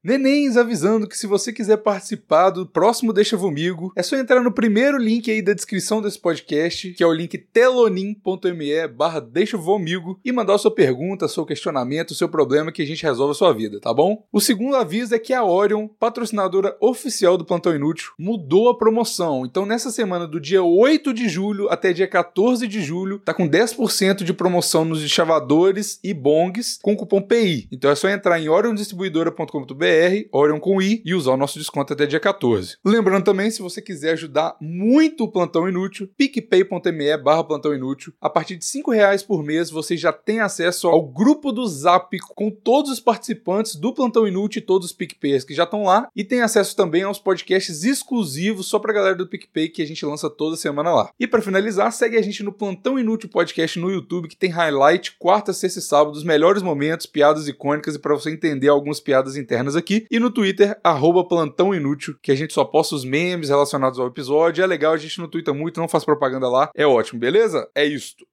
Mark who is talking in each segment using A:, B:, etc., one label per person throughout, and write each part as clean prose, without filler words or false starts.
A: Nenéns, avisando que se você quiser participar do próximo Deixa Vomigo, é só entrar no primeiro link aí da descrição desse podcast, que é o link telonim.me/Deixa Vomigo, e mandar a sua pergunta, seu questionamento, seu problema, que a gente resolve a sua vida, tá bom? O segundo aviso é que a Orion, patrocinadora oficial do Plantão Inútil, mudou a promoção. Então nessa semana do dia 8 de julho até dia 14 de julho, tá com 10% de promoção nos chavadores e bongs com o cupom PI. Então é só entrar em oriondistribuidora.com.br, Orion com I, e usar o nosso desconto até dia 14. Lembrando também, se você quiser ajudar muito o Plantão Inútil, picpay.me/Plantão Inútil. A partir de R$5 por mês, você já tem acesso ao grupo do Zap com todos os participantes do Plantão Inútil e todos os PicPayers que já estão lá, e tem acesso também aos podcasts exclusivos só pra galera do PicPay que a gente lança toda semana lá. E pra finalizar, segue a gente no Plantão Inútil Podcast no YouTube, que tem highlight quarta, sexta e sábado dos melhores momentos, piadas icônicas, e pra você entender algumas piadas internas aqui. E no Twitter, @Plantão Inútil, que a gente só posta os memes relacionados ao episódio. É legal, a gente não twitta muito, não faz propaganda lá. É ótimo, beleza? É isto.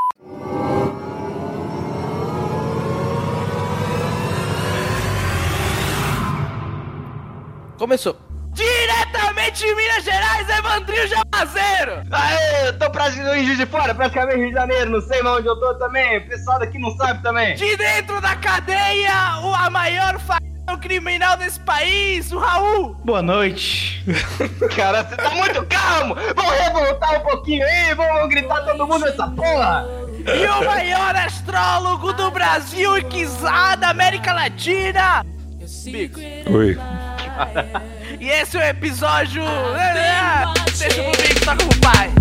B: Começou. Diretamente de Minas Gerais, Evandrinho Jamazeiro!
C: Aê, eu tô praticamente em Juiz de Fora, praticamente Rio de Janeiro, não sei mais onde eu tô também, o pessoal daqui não sabe também.
B: De dentro da cadeia, a maior criminal desse país, o Raul!
D: Boa noite.
C: Cara, você tá muito calmo! Vamos revoltar um pouquinho aí, vamos gritar todo mundo nessa porra!
B: E o maior astrólogo do Brasil e quiçá da América Latina, Bico.
A: Oi.
B: E esse é o episódio... Deixa o Bico, toca pro pai.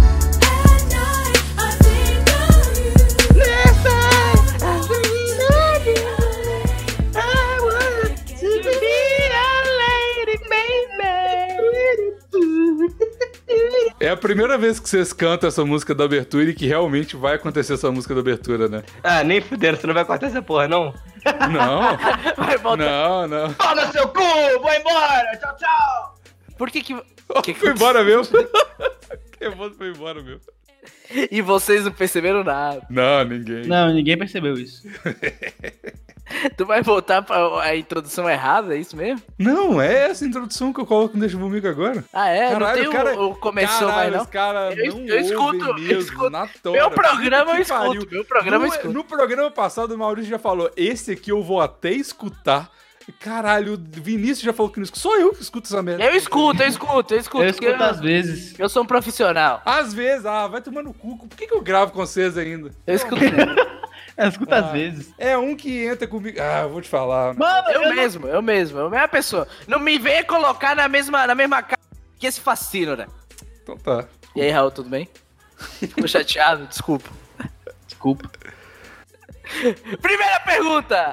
A: É a primeira vez que vocês cantam essa música da abertura e que realmente vai acontecer essa música da abertura, né?
C: Ah, nem fudendo, você não vai cortar essa porra, não?
A: Não.
B: Vai voltar.
A: Não.
C: Toma no seu cu, vou embora, tchau, tchau!
B: Por que
A: Foi embora mesmo. Que foi embora mesmo.
B: E vocês não perceberam nada.
A: Não, ninguém.
D: Não, ninguém percebeu isso.
B: Tu vai voltar pra a introdução errada, é isso mesmo?
A: Não, é essa introdução que eu coloco no Deixa Vomigo agora.
B: Ah, é?
A: Caralho,
B: não tem o começou, vai não?
A: Os caras não
B: eu escuto,
A: mesmo,
B: eu escuto.
A: na tora.
B: Meu programa eu
A: Pariu.
B: escuto, meu programa eu escuto.
A: No programa passado, o Maurício já falou, esse aqui eu vou até escutar. Caralho, o Vinícius já falou que não escuta. Só eu que escuto essa merda.
B: Eu escuto.
D: Eu escuto às vezes.
B: Eu sou um profissional.
A: Às vezes, vai tomar no cu. Por que eu gravo com vocês ainda?
B: Eu escuto.
D: Eu escuto às vezes.
A: É um que entra comigo. Eu vou te falar.
B: Mano, eu mesmo. É a mesma pessoa. Não me venha colocar na mesma cara que esse fascino, né?
A: Então tá.
B: E aí, Raul, tudo bem? Ficou chateado? Desculpa. Primeira pergunta!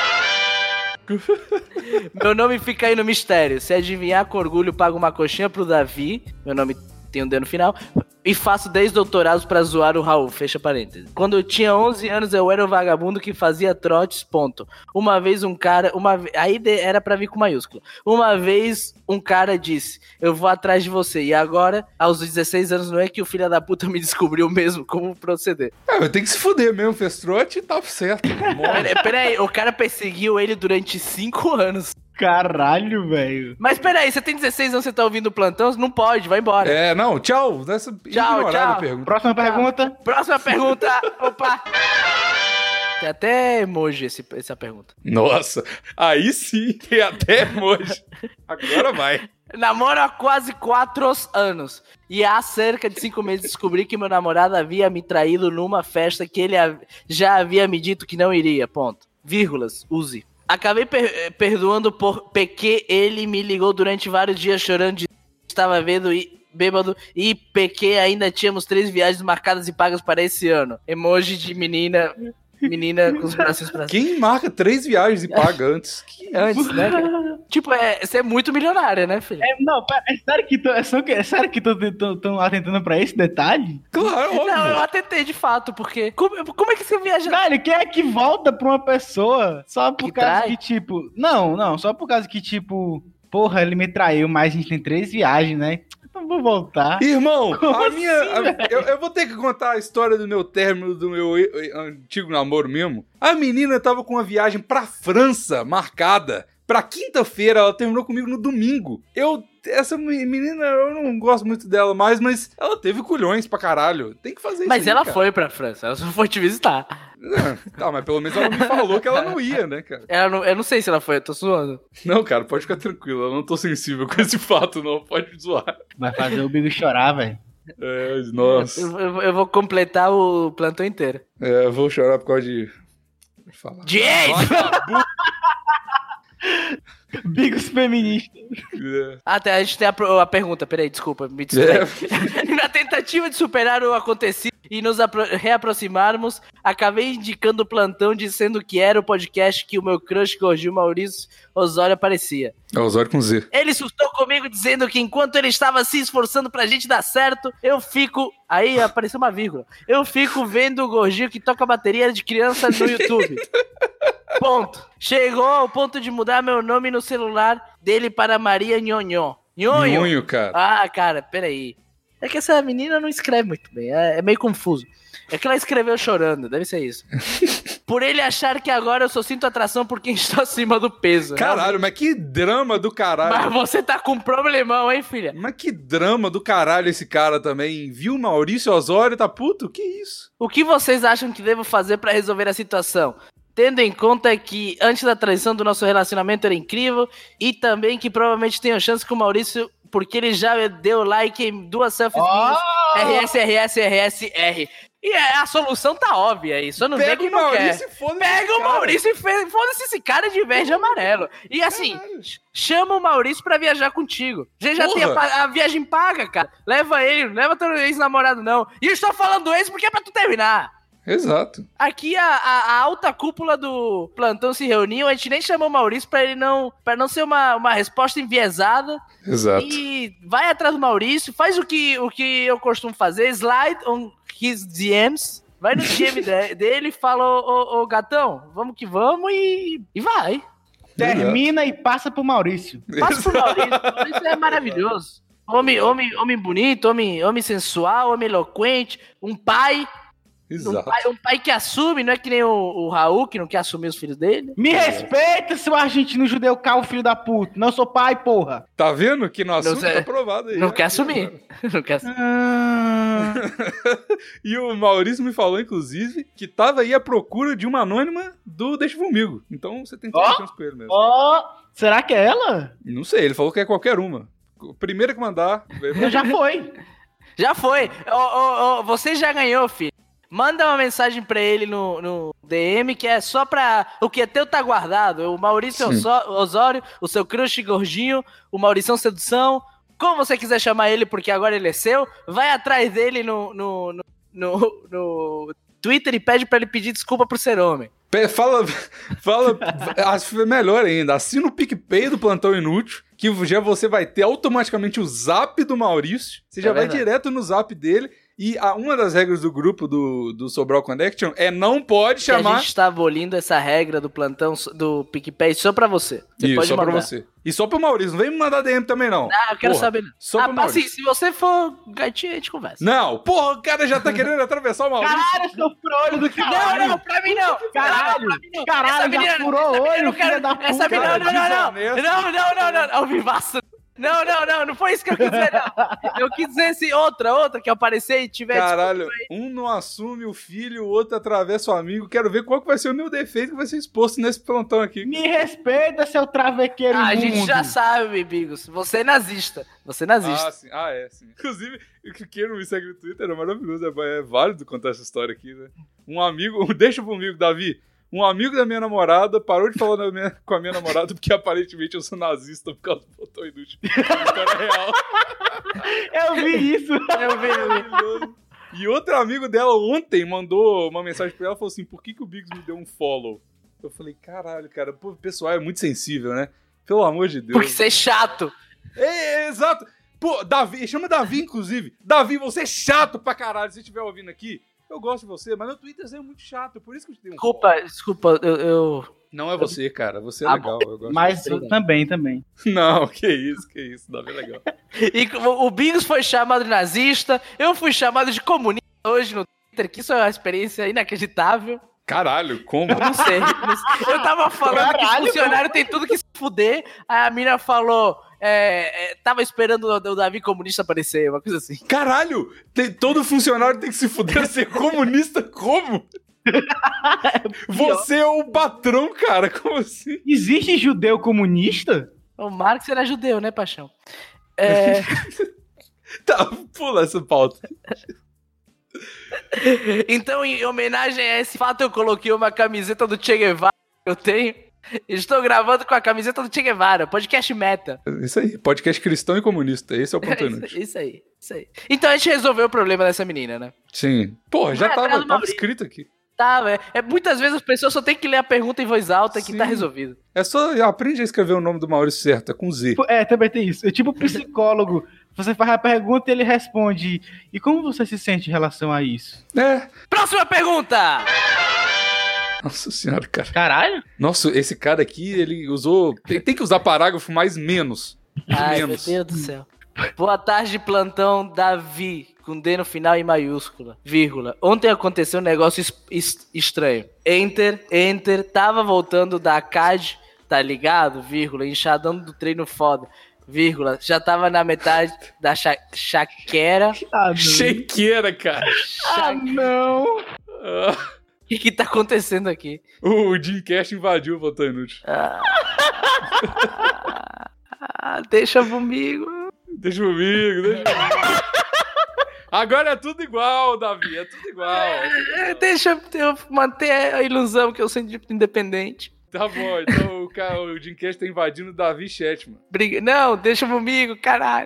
B: Meu nome fica aí no mistério. Se adivinhar com orgulho, pago uma coxinha pro Davi. Meu nome tem um D no final. E faço 10 doutorados pra zoar o Raul, fecha parênteses. Quando eu tinha 11 anos, eu era um vagabundo que fazia trotes, ponto. Uma vez um cara... Aí era pra vir com maiúsculo. Uma vez um cara disse, eu vou atrás de você. E agora, aos 16 anos, não é que o filho da puta me descobriu mesmo como proceder.
A: Eu tenho que se fuder mesmo, fez trote e tá certo.
B: Peraí, o cara perseguiu ele durante 5 anos.
D: Caralho, velho.
B: Mas peraí, você tem 16 anos, você tá ouvindo o plantão? Não pode, vai embora.
A: Não, tchau.
B: Tchau.
A: A pergunta.
D: Próxima pergunta.
B: Próxima pergunta. Opa. Tem até emoji essa pergunta.
A: Nossa, aí sim, tem até emoji. Agora vai.
B: Namoro há quase 4 anos. E há cerca de 5 meses descobri que meu namorado havia me traído numa festa que ele já havia me dito que não iria. Ponto. Vírgulas, use. Acabei perdoando por PQ, ele me ligou durante vários dias chorando de estava vendo e bêbado e PQ ainda tínhamos 3 viagens marcadas e pagas para esse ano. Emoji de menina com os braços pra cima.
A: Quem marca 3 viagens e paga antes?
B: Antes, né? Tipo, você é muito milionária, né, filho?
D: Não, é sério que estão atentando pra esse detalhe?
A: Claro, óbvio.
B: Não, eu atentei de fato, porque... Como é que você viaja...
D: Velho, quem é que volta pra uma pessoa só por causa que, tipo... Não, só por causa que, tipo... Porra, ele me traiu, mas a gente tem 3 viagens, né? Então vou voltar.
A: Irmão,
D: Assim,
A: eu vou ter que contar a história do meu término, do meu antigo namoro mesmo. A menina tava com uma viagem pra França marcada pra quinta-feira, ela terminou comigo no domingo. Essa menina, eu não gosto muito dela mais, mas ela teve culhões pra caralho. Tem que fazer isso.
B: Mas
A: aí,
B: ela
A: cara.
B: foi pra França, ela só foi te visitar.
A: Tá, mas pelo menos ela me falou que ela não ia, né, cara?
B: Eu não sei se ela foi, eu tô zoando.
A: Não, cara, pode ficar tranquilo, eu não tô sensível com esse fato, não. Pode zoar.
D: Vai fazer o Bigos chorar, velho.
A: Nossa.
B: Eu vou completar o plantão inteiro.
A: Eu vou chorar por causa de... falar.
B: De ex!
D: Bigos feministas.
B: Até a gente tem a pergunta, peraí, desculpa, me distraí. Na tentativa de superar o acontecido e nos reaproximarmos, acabei indicando o plantão dizendo que era o podcast que o meu crush Gordinho Maurício Osório aparecia.
A: É Osório com Z.
B: Ele surtou comigo dizendo que enquanto ele estava se esforçando pra gente dar certo, eu fico... Aí apareceu uma vírgula. Eu fico vendo o Gordinho que toca bateria de criança no YouTube. Ponto. Chegou ao ponto de mudar meu nome no celular dele para Maria Nhonhon.
A: Nhonho, cara.
B: Ah, cara, peraí. É que essa menina não escreve muito bem, é meio confuso. É que ela escreveu chorando, deve ser isso. Por ele achar que agora eu só sinto atração por quem está acima do peso.
A: Caralho, mas que drama do caralho.
B: Mas você tá com um problemão, hein, filha?
A: Mas que drama do caralho esse cara também. Viu Maurício Osório, tá puto? Que isso?
B: O que vocês acham que devo fazer pra resolver a situação? Tendo em conta que antes da traição do nosso relacionamento era incrível e também que provavelmente tenho chance com o Maurício porque ele já deu like em 2 selfies minhas. RS. E a solução tá óbvia aí, só não vê que não quer. Pega o Maurício e foda-se esse cara de verde e amarelo. E assim, chama o Maurício pra viajar contigo. Já tem a viagem paga, cara. Leva ele, não leva teu ex-namorado não. E eu estou falando ex porque é pra tu terminar.
A: Exato.
B: Aqui a alta cúpula do plantão se reuniu, a gente nem chamou o Maurício pra não ser uma resposta enviesada.
A: Exato.
B: E vai atrás do Maurício, faz o que eu costumo fazer, slide on his DMs, vai no DM dele e fala, ô gatão, vamos que vamos e vai.
D: Termina e passa pro Maurício.
B: Passa pro Maurício, o Maurício é maravilhoso. Homem bonito, homem sensual, homem eloquente, um pai...
A: Exato.
B: Um pai que assume, não é que nem o Raul, que não quer assumir os filhos dele.
D: Me respeita, seu argentino judeu calvo, filho da puta. Não sou pai, porra.
A: Tá vendo que não assume? Tá aprovado aí.
B: Não quer assumir. Não quer assumir.
A: E o Maurício me falou, inclusive, que tava aí à procura de uma anônima do Deixa Comigo. Então você tem toda a chance com ele mesmo.
D: Será que é ela?
A: Não sei, ele falou que é qualquer uma. Primeira que mandar...
D: Já foi.
B: Já foi. Você já ganhou, filho. Manda uma mensagem pra ele no DM, que é só pra... O que é teu tá guardado. O Maurício Osório, o seu crush gordinho, o Maurição Sedução, como você quiser chamar ele, porque agora ele é seu. Vai atrás dele no Twitter e pede pra ele pedir desculpa por ser homem.
A: Fala, acho que é melhor ainda. Assina o PicPay do Plantão Inútil, que já você vai ter automaticamente o zap do Maurício. Você já vai direto no zap dele. E uma das regras do grupo do Sobral Connection é não pode chamar...
B: A gente tá abolindo essa regra do plantão do PicPay só pra você. Você pode
A: só
B: mandar.
A: pra você. E só pro Maurício, não vem me mandar DM também, não.
B: Não, eu quero saber.
A: Só pro Maurício.
B: Assim, se você for gatinho, a gente conversa.
A: Não, porra, o cara já tá querendo atravessar o Maurício.
D: Caralho, seu furolho do caralho.
B: Não, pra mim não.
D: Caralho, já furou o olho, filho da puta.
B: Essa menina, não. Ao vivaço. Não foi isso que eu quis dizer, não. Eu quis dizer assim, outra que aparecer e tiver...
A: Caralho, um não assume o filho, o outro atravessa o amigo. Quero ver qual que vai ser o meu defeito que vai ser exposto nesse plantão aqui.
D: Me respeita, seu travequeiro imundo.
B: A gente já sabe, Bigos. Você é nazista.
A: Sim. Inclusive, quem não me segue no Twitter é maravilhoso. É válido contar essa história aqui, né? Um amigo... Deixa comigo, Davi. Um amigo da minha namorada parou de falar com a minha namorada porque aparentemente eu sou nazista por causa do Plantão Inútil. É uma história real.
D: Eu vi isso.
B: Eu vi.
A: E outro amigo dela ontem mandou uma mensagem pra ela e falou assim, por que o Biggs me deu um follow? Eu falei, caralho, cara, o pessoal é muito sensível, né? Pelo amor de Deus.
B: Porque você é chato.
A: Exato. Pô, Davi, chama Davi, inclusive. Davi, você é chato pra caralho, se você estiver ouvindo aqui. Eu gosto de você, mas meu Twitter é muito chato, por isso que eu te dei um
B: Desculpa, eu...
A: Não é você, cara, você é legal. Eu gosto
D: mas eu também.
A: Não, que isso, Davi é legal.
B: E o Bigos foi chamado de nazista, eu fui chamado de comunista hoje no Twitter, que isso é uma experiência inacreditável.
A: Caralho, como?
B: Não sei. Eu tava falando que funcionário tem tudo que se fuder, aí a mina falou... tava esperando o Davi comunista aparecer, uma coisa assim.
A: Caralho! Todo funcionário tem que se fuder ser comunista? Como? Você é o patrão, cara. Como assim?
D: Existe judeu comunista?
B: O Marx era judeu, né, paixão?
A: Tá, pula essa pauta.
B: Então, em homenagem a esse fato, eu coloquei uma camiseta do Che Guevara que eu tenho. Estou gravando com a camiseta do Che Guevara, podcast meta.
A: Isso aí, podcast cristão e comunista. Esse é o ponto inútil.
B: Isso aí. Então a gente resolveu o problema dessa menina, né?
A: Sim. Porra, já tava escrito aqui.
B: Tá, muitas vezes as pessoas só tem que ler a pergunta em voz alta que tá resolvido.
A: É só aprende a escrever o nome do Maurício certo, é com Z.
D: Também tem isso. É tipo psicólogo. Você faz a pergunta e ele responde. E como você se sente em relação a isso?
B: Próxima pergunta!
A: Nossa senhora, cara.
D: Caralho?
A: Nossa, esse cara aqui, ele usou... Tem que usar parágrafo mais menos.
B: Ai, meu Deus do céu. Boa tarde, plantão Davi, com D no final em maiúscula, vírgula. Ontem aconteceu um negócio estranho. Enter, tava voltando da CAD, tá ligado? Vírgula, enxadão do treino foda. Vírgula, já tava na metade da chaqueira.
A: Chequeira, cara.
D: Não.
B: O que tá acontecendo aqui?
A: O Jim Cash invadiu o Plantão Inútil.
B: Deixa comigo.
A: Deixa comigo. Agora é tudo igual, Davi. É tudo igual.
B: Deixa eu manter a ilusão que eu sou independente.
A: Tá bom, então o Jim Cash tá invadindo o Davi Chatman.
B: Não, deixa comigo, caralho.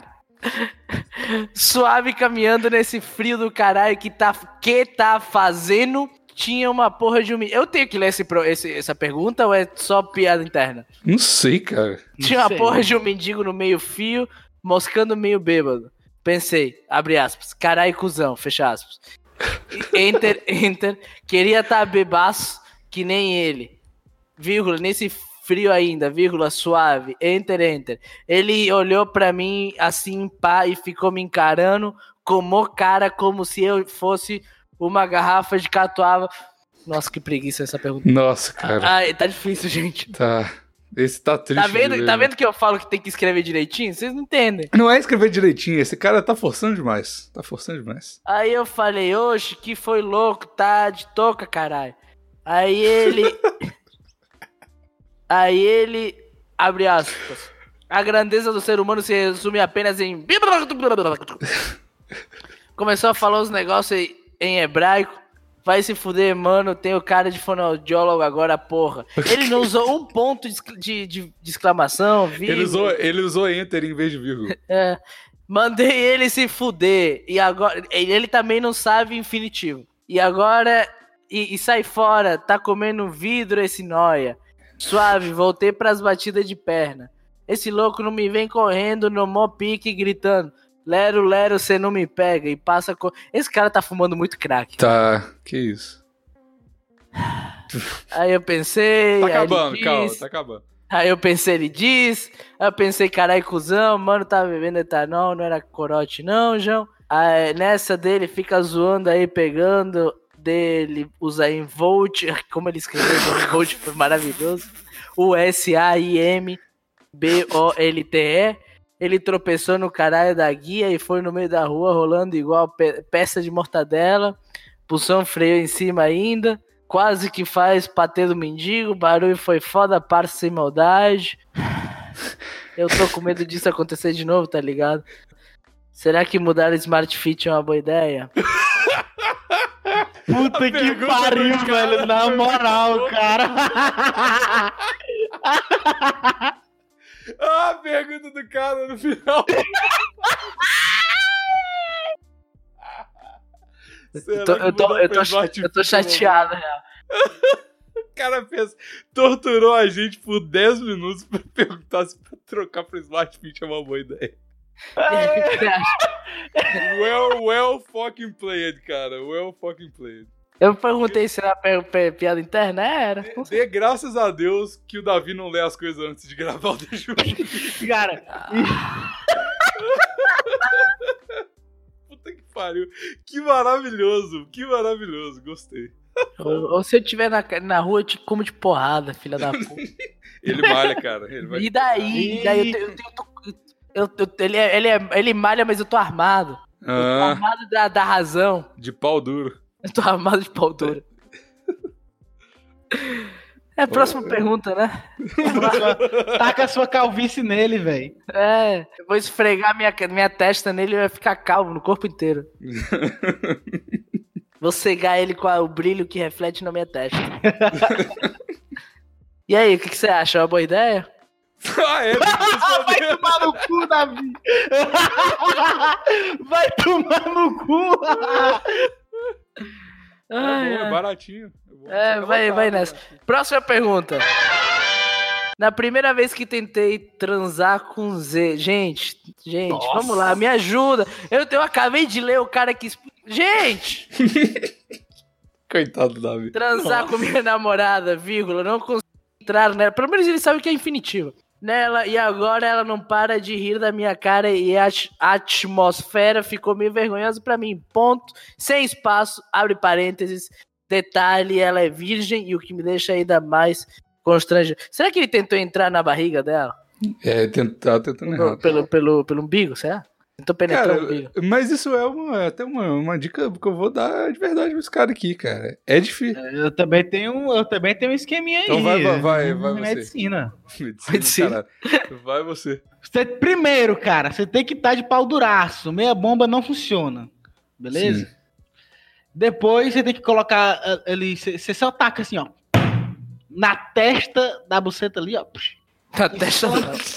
B: Suave caminhando nesse frio do caralho que tá fazendo. Tinha uma porra de Eu tenho que ler essa pergunta ou é só piada interna?
A: Não sei, cara.
B: Tinha uma porra de um mendigo no meio fio, moscando meio bêbado. Pensei, abre aspas, carai cuzão, fecha aspas. Enter, queria tá bebaço que nem ele. Vírgula, nesse frio ainda, vírgula, suave, enter. Ele olhou pra mim assim, pá, e ficou me encarando como cara, como se eu fosse uma garrafa de catuaba. Nossa, que preguiça essa pergunta.
A: Nossa, cara.
B: Tá difícil, gente.
A: Tá. Esse tá triste.
B: Tá vendo que eu falo que tem que escrever direitinho? Vocês não entendem.
A: Não é escrever direitinho, esse cara tá forçando demais.
B: Aí eu falei, oxe, que foi louco, tá de touca, caralho. Aí ele, abre aspas, a grandeza do ser humano se resume apenas em... Começou a falar os negócios em hebraico. Vai se fuder, mano, tem o cara de fonoaudiólogo agora, porra. Ele não usou um ponto de exclamação, vírgula.
A: Ele usou enter em vez de vírgula.
B: Mandei ele se fuder. E agora... Ele também não sabe infinitivo. E agora... E sai fora, tá comendo vidro esse nóia. Suave, voltei pras batidas de perna. Esse louco não me vem correndo no mó pique gritando: Lero, cê não me pega. E passa com... Esse cara tá fumando muito crack.
A: Tá, que isso.
B: Aí eu pensei...
A: Tá acabando, calma, tá acabando.
B: Aí eu pensei, ele diz... Aí eu pensei, carai, cuzão, mano, tava bebendo etanol, não era corote não, João. Aí nessa dele fica zoando aí, pegando... dele usa em Volt, como ele escreveu em Volt, foi maravilhoso. O SAIMBOLTE. Ele tropeçou no caralho da guia e foi no meio da rua rolando igual peça de mortadela. Pulsão freio em cima ainda. Quase que faz patê do mendigo. Barulho foi foda, parça sem maldade. Eu tô com medo disso acontecer de novo, tá ligado? Será que mudar o Smart Fit é uma boa ideia?
D: Puta que pariu, velho. Na moral, cara.
A: A pergunta do cara no final.
B: Eu tô chateado, real.
A: O cara torturou a gente por 10 minutos pra perguntar se pra trocar pro Smart Fit é uma boa ideia. Well fucking played, cara. Well fucking played.
B: Eu perguntei se era piada interna, era.
A: Dê graças a Deus que o Davi não lê as coisas antes de gravar o Deixa Eu.
D: Cara.
A: Puta que pariu. Que maravilhoso, gostei.
B: Ou se eu estiver na rua, eu te como de porrada, filha da puta.
A: Ele malha, cara. Ele vai...
B: E daí? Ele malha, mas eu tô armado. Eu tô armado da razão.
A: De pau duro.
B: Eu tô armado de pau duro. É a próxima pergunta, né?
D: Taca a sua calvície nele, velho.
B: Eu vou esfregar minha testa nele e vai ficar calvo no corpo inteiro. Vou cegar ele com o brilho que reflete na minha testa. E aí, o que você acha? É uma boa ideia?
D: Vai tomar no cu, Davi! Vai tomar no cu!
A: É baratinho.
B: Vai nessa. Próxima pergunta. Na primeira vez que tentei transar com Z... Gente, nossa. Vamos lá, me ajuda. Eu acabei de ler o cara que... Gente!
A: Coitado do Davi.
B: Transar com minha namorada, vírgula, não consigo entrar nela. Pelo menos ele sabe o que é infinitivo. Nela, e agora ela não para de rir da minha cara e a atmosfera ficou meio vergonhosa pra mim. Ponto. Sem espaço, abre parênteses. Detalhe, ela é virgem e o que me deixa ainda mais constrangido. Será que ele tentou entrar na barriga dela?
A: Tentando errado.
B: Pelo umbigo, será? Tentou penetrar o umbigo.
A: Mas isso é até uma dica que eu vou dar de verdade pra esse cara aqui, cara. É difícil.
D: Eu também tenho um esqueminha aí.
A: Então vai você.
D: Medicina.
A: Medicina. Vai você.
D: Primeiro, cara, você tem que estar de pau duraço. Meia bomba não funciona. Beleza? Sim. Depois você tem que colocar ele. Você só taca assim, ó. Na testa da buceta ali, ó.
B: Na testa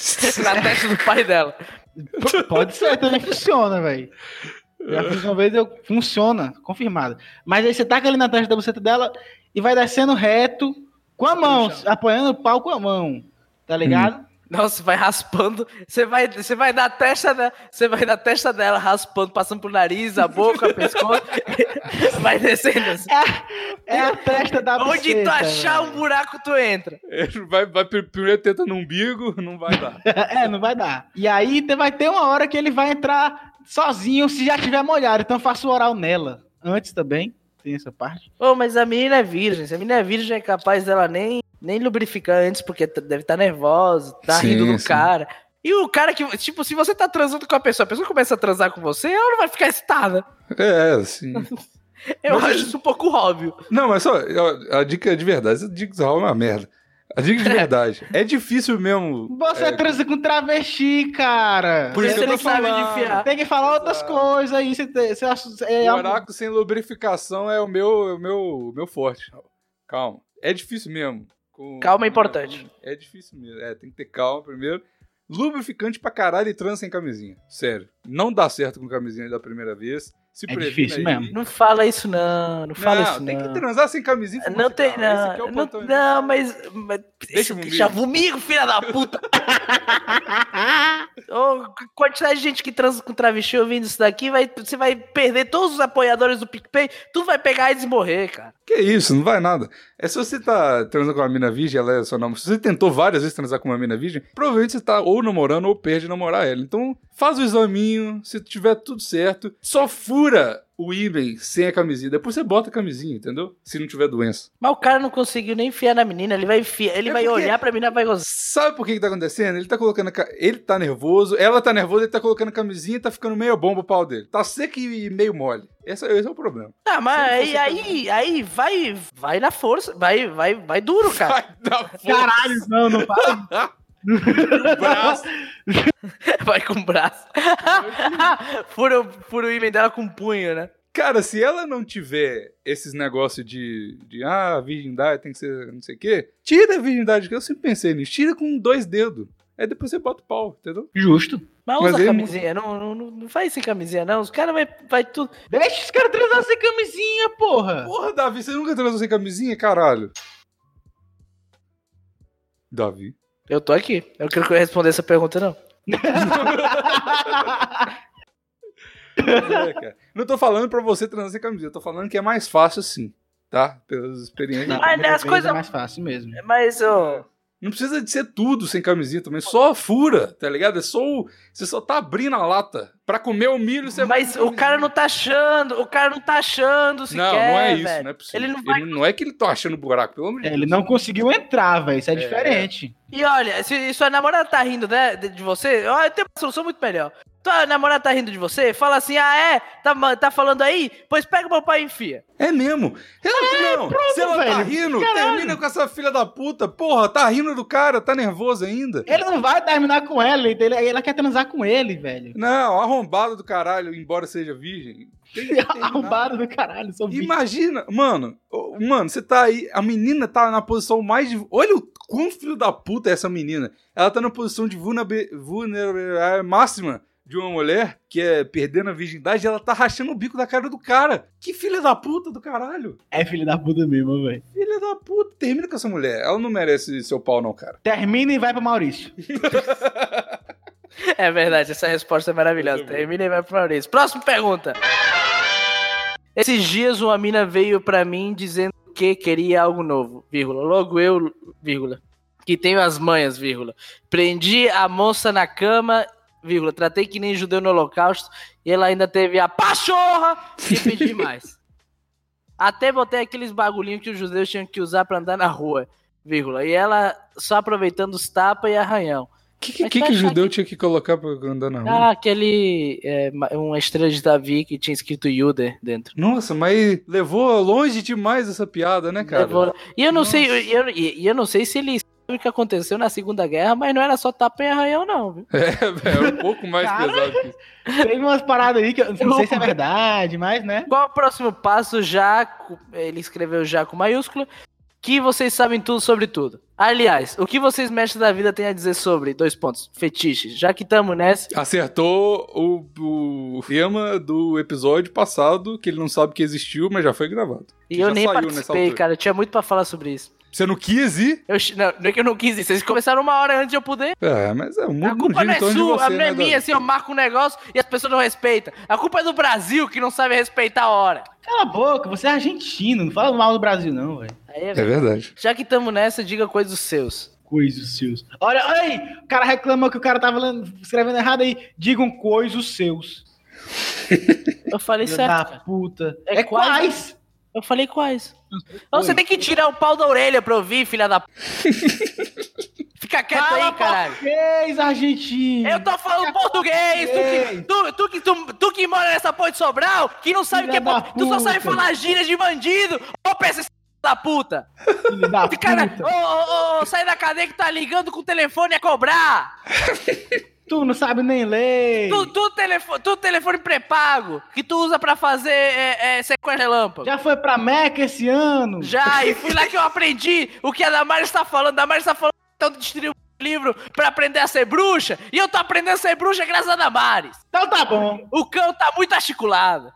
B: do pai dela.
D: Pode ser, também funciona, velho. Já fiz uma vez, funciona, confirmado. Mas aí você taca ali na testa da buceta dela e vai descendo reto com a mão, apoiando o pau com a mão. Tá ligado?
B: Nossa, vai raspando. Você vai da testa dela raspando, passando pro nariz, a boca, o pescoço. Vai descendo assim.
D: É a testa da buceta.
B: Onde tu achar um buraco, tu entra.
A: Vai primeiro tenta no umbigo, não vai dar.
D: Não vai dar. E aí vai ter uma hora que ele vai entrar sozinho se já tiver molhado. Então eu faço o oral nela. Antes também, tem essa parte.
B: Mas a menina é virgem. Se a menina é virgem, é capaz dela nem lubrificar antes, porque deve estar nervosa, rindo do cara. E o cara que, tipo, se você tá transando com a pessoa começa a transar com você, ela não vai ficar excitada.
A: Sim.
B: Eu acho isso um pouco óbvio.
A: Não, mas só, a dica de verdade, essa dica é uma merda. A dica de verdade, é difícil mesmo.
D: Você transa com travesti, cara.
A: Por isso que eu tô falando.
D: Tem que falar outras coisas aí.
A: Buraco sem lubrificação é o meu forte. Calma. É difícil mesmo.
B: Calma é importante.
A: É difícil mesmo. Tem que ter calma primeiro. Lubrificante pra caralho e transa sem camisinha. Sério. Não dá certo com camisinha da primeira vez. Se
D: difícil
A: aí.
D: mesmo.
B: Não fala isso não. Não fala isso não.
A: Tem que transar sem camisinha.
B: Não tem não. Mas deixa comigo, filha da puta. Quantidade de gente que transa com travesti ouvindo isso daqui, você vai perder todos os apoiadores do PicPay. Tu vai pegar eles e morrer, cara.
A: Que isso, não vai nada. Se você tá transando com uma mina virgem, ela é sua namorada. Se você tentou várias vezes transar com uma mina virgem, provavelmente você tá ou namorando ou perde namorar ela. Então, faz o examinho, se tiver tudo certo, só fura o ímen sem a camisinha. Depois você bota a camisinha, entendeu? Se não tiver doença.
B: Mas o cara não conseguiu nem enfiar na menina, ele vai enfiar, vai olhar pra menina e vai gozar.
A: Sabe por que tá acontecendo? Ele tá colocando ele tá nervoso, ela tá nervosa, ele tá colocando a camisinha e tá ficando meio bomba o pau dele. Tá seco e meio mole. Esse é o problema.
B: Mas aí vai na força, vai duro, cara.
A: Vai na força.
D: Caralho, não vai.
A: Braço.
B: Vai com o braço. Fura o ímã dela com o punho, né?
A: Cara, se ela não tiver esses negócios de virgindade tem que ser não sei o quê, tira a virgindade, que eu sempre pensei nisso. Tira com 2 dedos. Aí depois você bota o pau, entendeu?
D: Justo.
B: Mas usa camisinha, não faz sem camisinha, não. Os caras vai tudo.
D: Deixa os caras transar sem camisinha, porra.
A: Porra, Davi, você nunca transou sem camisinha, caralho? Davi.
B: Eu tô aqui. Eu não quero responder essa pergunta, não.
A: Cara. Não tô falando pra você transar sem camisinha, eu tô falando que é mais fácil assim, tá? Pelas experiências.
B: Mas as coisas
D: é mais fácil mesmo.
B: Mas,
A: Não precisa de ser tudo sem camisinha também. Só fura, tá ligado? Você só tá abrindo a lata. Pra comer o milho, você vai...
B: Mas o cara não tá achando sequer,
A: Não é isso,
B: velho.
A: não é possível.
B: Ele não vai...
A: Não é que ele tá achando buraco, pelo amor de Deus.
D: Ele não conseguiu entrar, velho. Isso é diferente.
B: E olha, se sua namorada tá rindo, né, de você, eu tenho uma solução muito melhor. Tua namorada tá rindo de você, fala assim, tá falando aí? Pois pega o meu pai e enfia.
A: É mesmo. Não,
D: pronto,
A: se ela tá
D: velho.
A: rindo,
D: Caralho.
A: termina com essa filha da puta. Porra, tá rindo do cara, tá nervoso ainda.
D: Ele não vai terminar com ela quer transar com ele, velho.
A: Não, arrombado do caralho, embora seja virgem.
D: Arrombado do caralho, sou bicho.
A: Imagina, mano, você tá aí, a menina tá na posição mais de... Olha o quão filho da puta é essa menina. Ela tá na posição de vulnerabilidade máxima de uma mulher, que é perdendo a virgindade, e ela tá rachando o bico da cara do cara. Que filha da puta do caralho.
D: É filho da puta mesmo, velho.
A: Filha da puta, termina com essa mulher. Ela não merece seu pau não, cara.
D: Termina e vai pra Maurício.
B: É verdade, essa resposta é maravilhosa. Termina e vai pro Maurício. Próxima pergunta. Esses dias uma mina veio pra mim dizendo que queria algo novo, vírgula. Logo eu, vírgula, que tenho as manhas, vírgula. Prendi a moça na cama, vírgula, tratei que nem judeu no holocausto e ela ainda teve a pachorra de pedir mais. Até botei aqueles bagulhinhos que os judeus tinham que usar pra andar na rua, vírgula. E ela só aproveitando os tapas e arranhão.
A: O que o judeu tinha que colocar pra andar na rua?
B: Ah, uma estrela de Davi que tinha escrito Yude dentro.
A: Nossa, mas levou longe demais essa piada, né, cara?
B: E eu não sei, eu não sei se ele sabe o que aconteceu na Segunda Guerra, mas não era só tapa e arranhão, não, viu?
A: É um pouco mais pesado que isso.
D: Teve umas paradas aí que eu não sei se é verdade, mas, né?
B: Qual é o próximo passo? Ele escreveu já com maiúsculo. Que vocês sabem tudo sobre tudo. Aliás, o que vocês mestres da vida têm a dizer sobre, fetiches, já que estamos nessa...
A: Acertou o tema do episódio passado, que ele não sabe que existiu, mas já foi gravado.
B: E eu nem participei, cara, eu tinha muito pra falar sobre isso.
A: Você não quis ir?
B: Não é que eu não quis ir, vocês começaram uma hora antes de eu poder.
A: Mas é o mundo.
B: A culpa não é sua, não é minha,
A: Davi?
B: assim, eu marco um negócio e as pessoas não respeitam. A culpa é do Brasil, que não sabe respeitar a hora.
D: Cala a boca, você é argentino, não fala mal do Brasil não, velho.
A: É verdade.
B: Já que estamos nessa, diga coisas dos seus.
D: Coisas seus. Olha aí, o cara reclamou que o cara tava escrevendo errado aí. Digam coisas seus.
B: Eu falei
D: Filha
B: certo.
D: da
B: Cara.
D: puta.
B: É quais? Eu falei quais. Então você tem que tirar o pau da orelha pra ouvir, filha da p. Fica quieto aí, caralho.
D: Português, argentino.
B: Eu tô falando português. Tu que mora nessa porra de Sobral, que não sabe o que é português. Tu só sabe falar gírias de bandido. Ô, peça esse da puta.
D: Filho da
B: Cara,
D: puta.
B: sai da cadeia que tá ligando com o telefone a cobrar.
D: Tu não sabe nem ler.
B: Tu telefone pré-pago, que tu usa pra fazer sequência relâmpago.
D: Já foi pra Meca esse ano?
B: Já, e fui lá que eu aprendi o que a Damares tá falando. A Damares tá falando que estão distribuindo livro pra aprender a ser bruxa, e eu tô aprendendo a ser bruxa graças a Damares.
D: Então tá bom.
B: O cão tá muito articulado.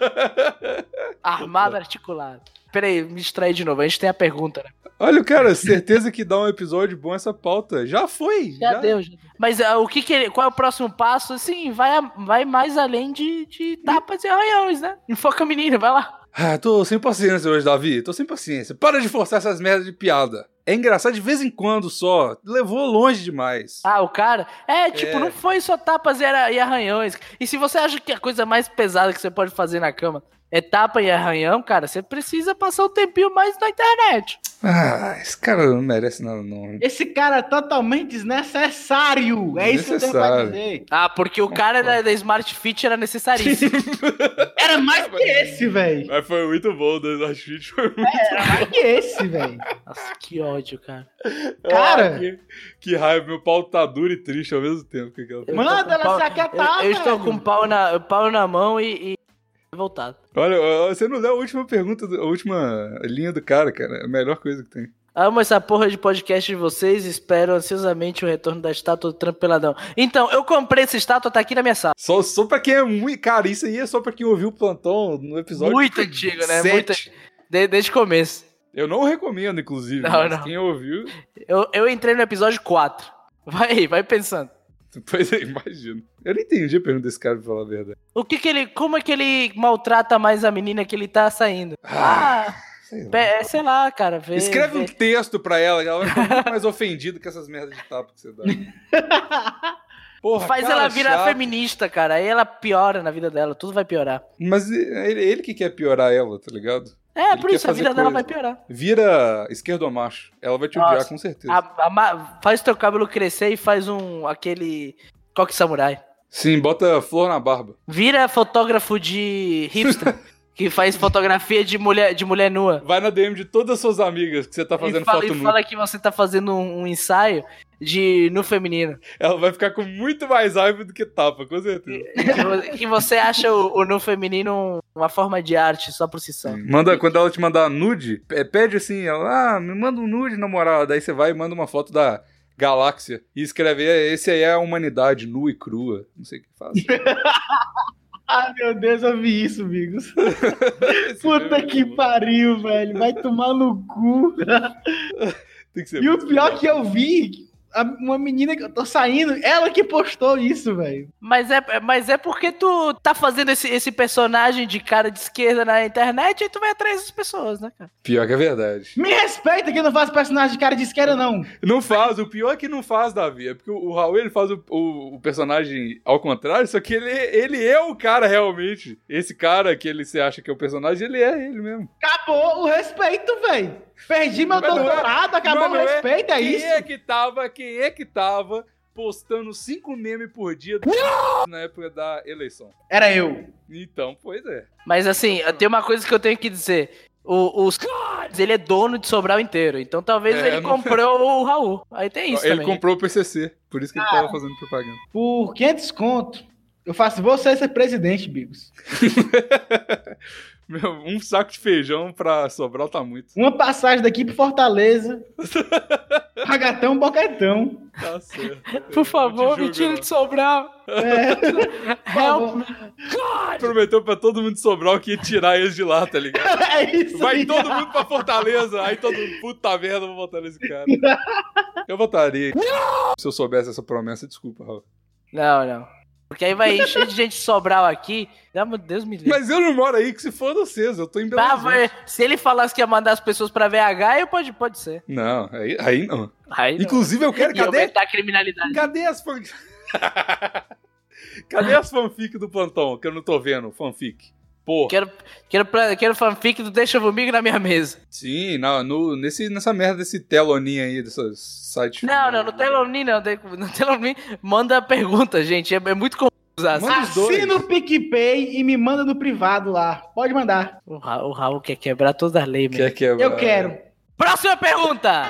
B: Armado, articulado. Peraí, me distraí de novo, a gente tem a pergunta, né?
A: Olha, cara, certeza que dá um episódio bom essa pauta. Já foi.
B: Já deu. Mas qual é o próximo passo? Assim, vai mais além de tapas e arranhões, né? Enfoca a menina, vai lá.
A: Tô sem paciência hoje, Davi. Tô sem paciência. Para de forçar essas merdas de piada. É engraçado de vez em quando só. Levou longe demais.
B: O cara... não foi só tapas e arranhões. E se você acha que a coisa mais pesada que você pode fazer na cama é tapa e arranhão, cara, você precisa passar um tempinho mais na internet.
A: Esse cara não merece nada, não.
D: Esse cara é totalmente desnecessário. É isso que eu tenho pra dizer.
B: Porque o cara da Smart Fit era necessaríssimo.
D: Era mais que esse, velho.
A: Mas foi muito bom da Smart Fit.
D: Era mais que esse, velho.
B: Nossa, que ódio, cara.
D: Cara.
A: Que raiva. Meu pau tá duro e triste ao mesmo tempo.
D: Manda ela se aquietar,
B: eu estou com pau na mão e voltado.
A: Olha, você não leu a última pergunta, a última linha do cara. É a melhor coisa que tem.
B: Amo essa porra de podcast de vocês e espero ansiosamente o retorno da estátua do Trump peladão. Então, eu comprei essa estátua, tá aqui na minha sala.
A: Só pra quem é muito... Cara, isso aí é só pra quem ouviu o Plantão no episódio...
B: Muito antigo, né? Desde o começo.
A: Eu não recomendo, inclusive.
B: Não.
A: Quem ouviu...
B: Eu entrei no episódio 4. Vai pensando.
A: Pois é, imagino. Eu não entendi a pergunta desse cara, pra falar a verdade.
B: Como é que ele maltrata mais a menina que ele tá saindo? Sei lá, cara.
A: Escreve um texto pra ela, que ela vai ficar muito mais ofendida com essas merdas de tapa que você dá. Porra,
B: Faz
A: cara
B: ela virar
A: chato.
B: feminista, cara. Aí ela piora na vida dela. Tudo vai piorar.
A: Mas ele que quer piorar ela, tá ligado? Ele
B: Por
A: quer
B: isso a
A: fazer
B: vida dela
A: coisa.
B: vai piorar.
A: Vira esquerdomacho. Ela vai te odiar,
B: Nossa.
A: com certeza.
B: Faz teu cabelo crescer e faz aquele coque samurai.
A: Sim, bota flor na barba.
B: Vira fotógrafo de hipster. Que faz fotografia de mulher nua.
A: Vai na DM de todas as suas amigas que você tá fazendo foto
B: E
A: nu.
B: fala que você tá fazendo um ensaio no feminino.
A: Ela vai ficar com muito mais raiva do que tapa, com certeza.
B: Que você acha o no feminino uma forma de arte só por si só.
A: Quando ela te mandar nude, pede assim, ela, me manda um nude, na moral. Daí você vai e manda uma foto da galáxia e escreve, esse aí é a humanidade nua e crua. Não sei o que faz.
D: Ai, meu Deus, eu vi isso, amigos. Puta que pariu, velho. Vai tomar no cu.
A: Tem que ser
D: E o
A: muito
D: pior
A: legal.
D: que eu vi, uma menina que eu tô saindo, ela que postou isso, velho.
B: Mas é porque tu tá fazendo esse personagem de cara de esquerda na internet e tu vai atrás das pessoas, né, cara?
A: Pior que é verdade.
D: Me respeita que eu não faço personagem de cara de esquerda, não.
A: Não faz, o pior é que não faz, Davi. É porque o Raul, ele faz o personagem ao contrário, só que ele é o cara realmente. Esse cara que você acha que é o personagem, ele é ele mesmo.
D: Acabou o respeito, velho. Perdi meu
A: Mas não é-
D: doutorado, acabou
A: Mas
D: o
A: não
D: respeito, é
A: quem
D: isso?
A: Quem é que tava postando 5 memes por dia na época da eleição?
D: Era eu.
A: Então, pois é.
B: Mas assim, tem uma coisa que eu tenho que dizer. Ele é dono de Sobral inteiro. Então talvez ele
A: não-
B: comprou o Raul. Aí tem isso
A: Ele
B: também.
A: comprou o PCC, por isso que ele tava fazendo propaganda.
D: Por 500 conto, eu faço você ser presidente, Bigos.
A: Meu, um saco de feijão pra Sobral tá muito.
D: Uma passagem daqui pro Fortaleza. Pagatão, boquetão.
A: Tá certo.
B: Por favor, me tira de Sobral. Help.
A: Prometeu pra todo mundo de Sobral que ia tirar eles de lá, tá ligado?
D: É isso
A: Vai
D: aí.
A: todo mundo pra Fortaleza. Aí todo mundo, puta merda, eu vou votar nesse cara. Eu votaria. Se eu soubesse essa promessa, desculpa, Raul.
B: Não. Porque aí vai encher de gente de Sobral aqui. Meu Deus me livre.
A: Mas eu não moro aí, que se for vocês, eu tô em Belo Horizonte.
B: Se ele falasse que ia mandar as pessoas pra VH, pode ser.
A: Não, aí não.
B: Aí não.
A: Inclusive, eu quero...
B: E aumentar a criminalidade.
A: Cadê as Cadê as fanfic do plantão? Que eu não tô vendo, fanfic. Porra.
B: Quero fanfic do Deixa Comigo na minha mesa.
A: Sim, nessa merda desse teloninho aí, desses sites.
B: Não, no Telonin não. No Telonin, manda pergunta, gente. É muito comum usar.
A: Manda os dois.
D: Assina o PicPay e me manda no privado lá. Pode mandar.
B: O Raul quer quebrar todas as leis,
A: Quer quebrar.
D: Eu quero.
B: Próxima pergunta!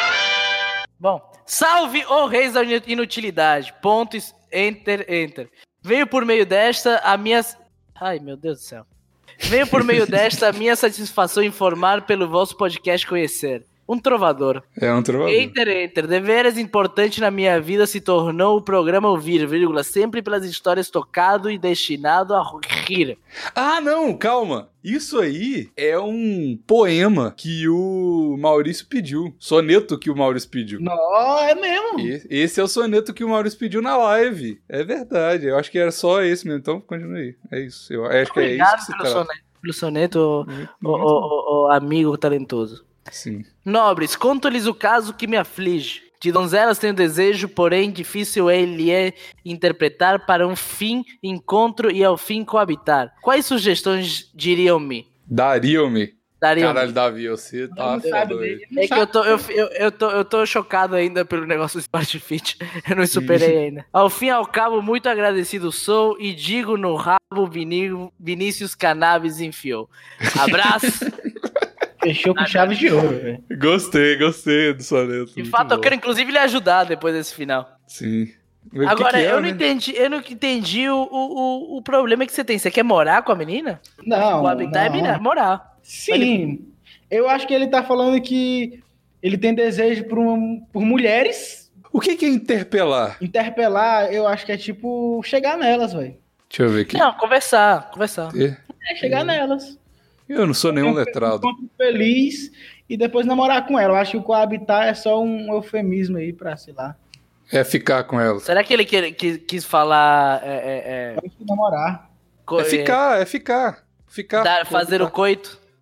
B: Bom, salve, ô reis da inutilidade. Pontos, enter. Veio por meio desta a minha... Ai, meu Deus do céu. Veio por meio desta a minha satisfação informar pelo vosso podcast conhecer. Um trovador.
A: É um trovador.
B: Enter. Deveras importante na minha vida se tornou o programa ouvir, vírgula, sempre pelas histórias tocado e destinado a rir.
A: Ah, não, calma. Isso aí é um poema que o Maurício pediu. Soneto que o Maurício pediu.
D: Não, é mesmo.
A: Esse é o soneto que o Maurício pediu na live. É verdade. Eu acho que era só esse mesmo. Então, continue. É isso. Eu acho que é isso que se trata.
B: Pelo soneto, o amigo talentoso.
A: Sim.
B: Nobres, conto-lhes o caso que me aflige. De donzelas tenho desejo, porém difícil ele é interpretar para um fim encontro e ao fim coabitar. Quais sugestões diriam-me?
A: Dariam-me. Caralho, Davi, você tá
D: Não sabe
A: foda
D: dele.
A: aí.
B: É que eu tô chocado ainda pelo negócio do Smart Fit. Eu não superei ainda. Ao fim e ao cabo, muito agradecido sou e digo no rabo Vinícius Cannabis enfiou. Abraço.
D: Fechou com chaves de ouro, velho.
A: Gostei do soneto.
B: De
A: muito
B: fato, eu
A: bom.
B: quero inclusive lhe ajudar depois desse final.
A: Sim. Mas o
B: Agora,
A: que é,
B: eu não
A: né?
B: entendi o problema que você tem. Você quer morar com a menina?
D: Não.
B: O habitat é menina, morar.
D: Sim. Eu acho que ele tá falando que ele tem desejo por mulheres.
A: O que é interpelar?
D: Interpelar, eu acho que é tipo chegar nelas, velho.
A: Deixa eu ver aqui.
B: Não, conversar.
D: É chegar nelas.
A: Eu não sou nenhum letrado.
D: Encontro feliz e depois namorar com ela. Eu acho que o coabitar é só um eufemismo aí pra, sei lá,
A: É ficar com ela.
B: Será que ele quis falar...
D: namorar.
A: É ficar. Ficar.
B: fazer o coito?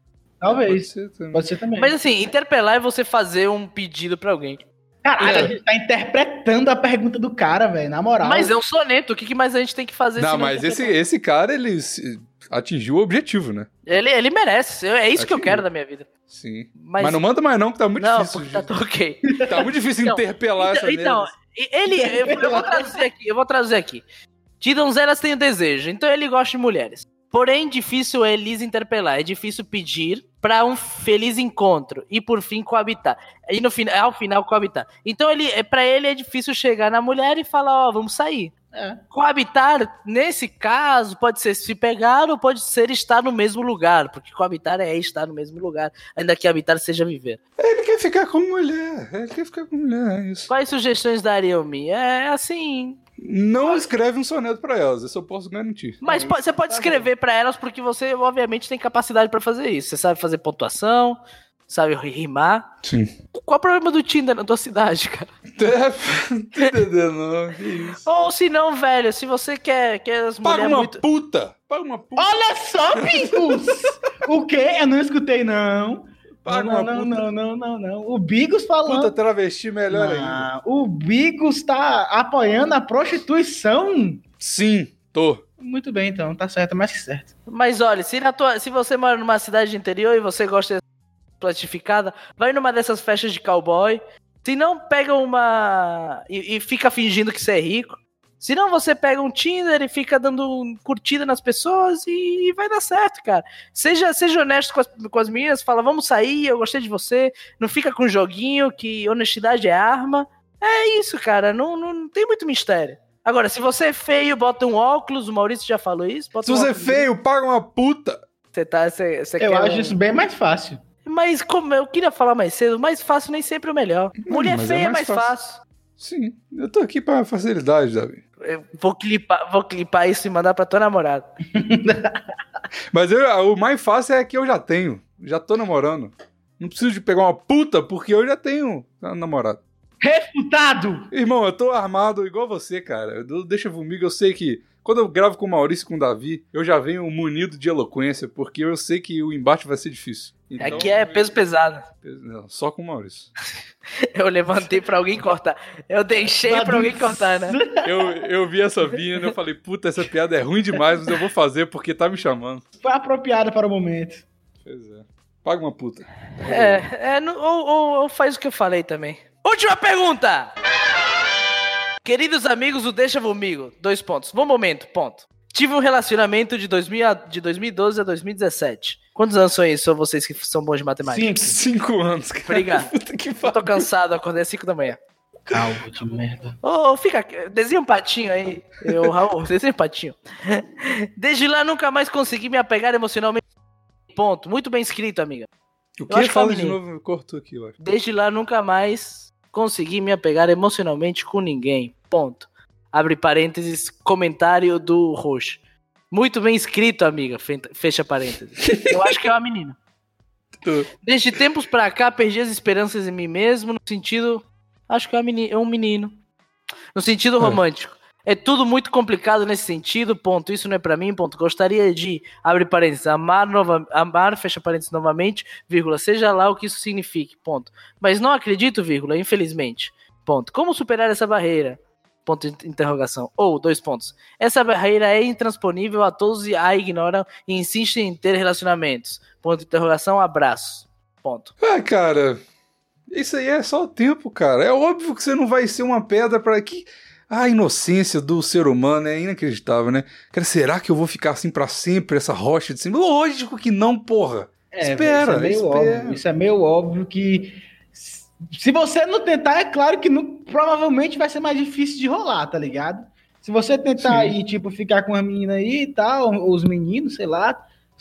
D: Talvez.
A: Pode ser também.
D: Pode ser também.
B: Mas assim, interpelar é você fazer um pedido pra alguém.
D: Caralho, a gente tá interpretando a pergunta do cara, velho, na moral.
B: Mas é um soneto, o que mais a gente tem que fazer?
A: Não,
B: se
A: mas
B: interpretar?
A: esse cara, ele atingiu o objetivo, né?
B: Ele merece, é isso que eu
A: Atingiu.
B: quero da minha vida.
A: Sim.
B: Mas-
A: Mas não manda mais não, que tá muito
B: Não,
A: difícil.
B: porque tá tudo ok.
A: Tá muito difícil
B: Então,
A: interpelar essa
B: Então,
A: merda.
B: eu vou trazer aqui. Tidonzelas tem o desejo, então ele gosta de mulheres. Porém, difícil é lhes interpelar, é difícil pedir pra um feliz encontro e por fim coabitar. E no final, ao final coabitar. Então para ele é difícil chegar na mulher e falar, ó, vamos sair.
D: É.
B: Coabitar, nesse caso, pode ser se pegar ou pode ser estar no mesmo lugar, porque coabitar é estar no mesmo lugar, ainda que habitar seja viver.
A: Ele quer ficar com mulher. Ele quer ficar com mulher, é isso.
B: Quais sugestões dariam-me? É assim.
A: Não escreve um soneto pra elas, isso eu posso garantir.
B: Mas você pode escrever pra elas porque você, obviamente, tem capacidade pra fazer isso. Você sabe fazer pontuação, sabe rimar.
A: Sim.
B: Qual o problema do Tinder na tua cidade, cara?
A: Tô entendendo, não. Que isso.
B: Ou se não, velho, se você quer as
A: Paga
B: mulheres
A: uma
B: muito...
A: puta. Paga uma puta.
D: Olha só, Bigos! O quê? Eu não escutei, não.
A: Paga
D: Não,
A: uma
D: não. O Bigos falando.
A: puta travesti melhor ainda.
D: Ah, o Bigos tá apoiando a prostituição?
A: Sim, tô.
D: Muito bem, então. Tá certo, mais que certo.
B: Mas olha, se você mora numa cidade de interior e você gosta de plastificada, vai numa dessas festas de cowboy. Se não, pega uma... E fica fingindo que você é rico. Se não, você pega um Tinder e fica dando curtida nas pessoas e vai dar certo, cara. Seja honesto com as meninas, fala, vamos sair, eu gostei de você. Não fica com joguinho, que honestidade é arma. É isso, cara, não tem muito mistério. Agora, se você é feio, bota um óculos, o Maurício já falou isso. Bota
A: Se
B: um
A: você é
B: óculos.
A: feio, paga uma puta.
B: Você
D: Eu
B: quer
D: acho isso bem mais fácil.
B: Mas como eu queria falar mais cedo, mais fácil nem sempre é o melhor. Mulher
A: mas
B: feia
A: é
B: é
A: mais
B: mais fácil.
A: Sim, eu tô aqui pra facilidade, Davi.
B: Eu vou clipar isso e mandar pra tua namorada.
A: Mas o mais fácil é que eu já tenho. Já tô namorando. Não preciso de pegar uma puta, porque eu já tenho namorado.
D: Refutado!
A: Irmão, eu tô armado igual você, cara. Deixa comigo, eu sei que quando eu gravo com o Maurício e com o Davi, eu já venho munido de eloquência, porque eu sei que o embate vai ser difícil. Então,
B: Aqui é peso pesado.
A: Não, só com o Maurício.
B: Eu levantei pra alguém cortar. Eu deixei pra alguém cortar, né?
A: Eu vi essa vindo, eu falei, puta, essa piada é ruim demais, mas eu vou fazer porque tá me chamando.
D: Foi apropriada para o momento.
A: Pois é. Paga uma puta.
B: Ou faz o que eu falei também. Última pergunta! Queridos amigos do Deixa Comigo, 2 pontos. Bom momento, ponto. Tive um relacionamento de 2012 a 2017. Quantos anos são isso? São vocês que são bons de matemática?
A: 5 anos, cara.
B: Obrigado.
A: Puta que
B: Eu
A: pariu.
B: tô cansado, acordei às 5 da manhã.
D: Calvo de merda.
B: Fica, desenha um patinho aí. Raul, desenha um patinho. Desde lá nunca mais consegui me apegar emocionalmente. Ponto. Muito bem escrito, amiga.
A: O
B: Eu
A: que?
B: acho que
A: Fala
B: eu
A: de
B: menino.
A: novo, cortou aqui, eu acho.
B: Desde lá nunca mais consegui me apegar emocionalmente com ninguém. Ponto. Abre parênteses, comentário do Roxo. Muito bem escrito, amiga. Fecha parênteses. Eu acho que é uma menina. Desde tempos pra cá, perdi as esperanças em mim mesmo, no sentido... Acho que é um menino. No sentido romântico. É tudo muito complicado nesse sentido, ponto. Isso não é pra mim, ponto. Gostaria de, abre parênteses, amar, fecha parênteses novamente, vírgula, seja lá o que isso signifique, ponto. Mas não acredito, vírgula, infelizmente, ponto. Como superar essa barreira? Ponto de interrogação. Ou, 2 pontos. Essa barreira é intransponível, a todos a ignoram e insistem em ter relacionamentos. Ponto de interrogação, abraço. Ponto.
A: Cara, isso aí é só o tempo, cara. É óbvio que você não vai ser uma pedra pra... A inocência do ser humano é inacreditável, né? Cara, será que eu vou ficar assim pra sempre, essa rocha de sempre? Lógico que não, porra. Espera,
D: isso é meio
A: espera.
D: óbvio. Isso é meio óbvio que... Se você não tentar, é claro que provavelmente vai ser mais difícil de rolar, tá ligado? Se você tentar aí, tipo, ficar com a menina aí e tal, os meninos, sei lá,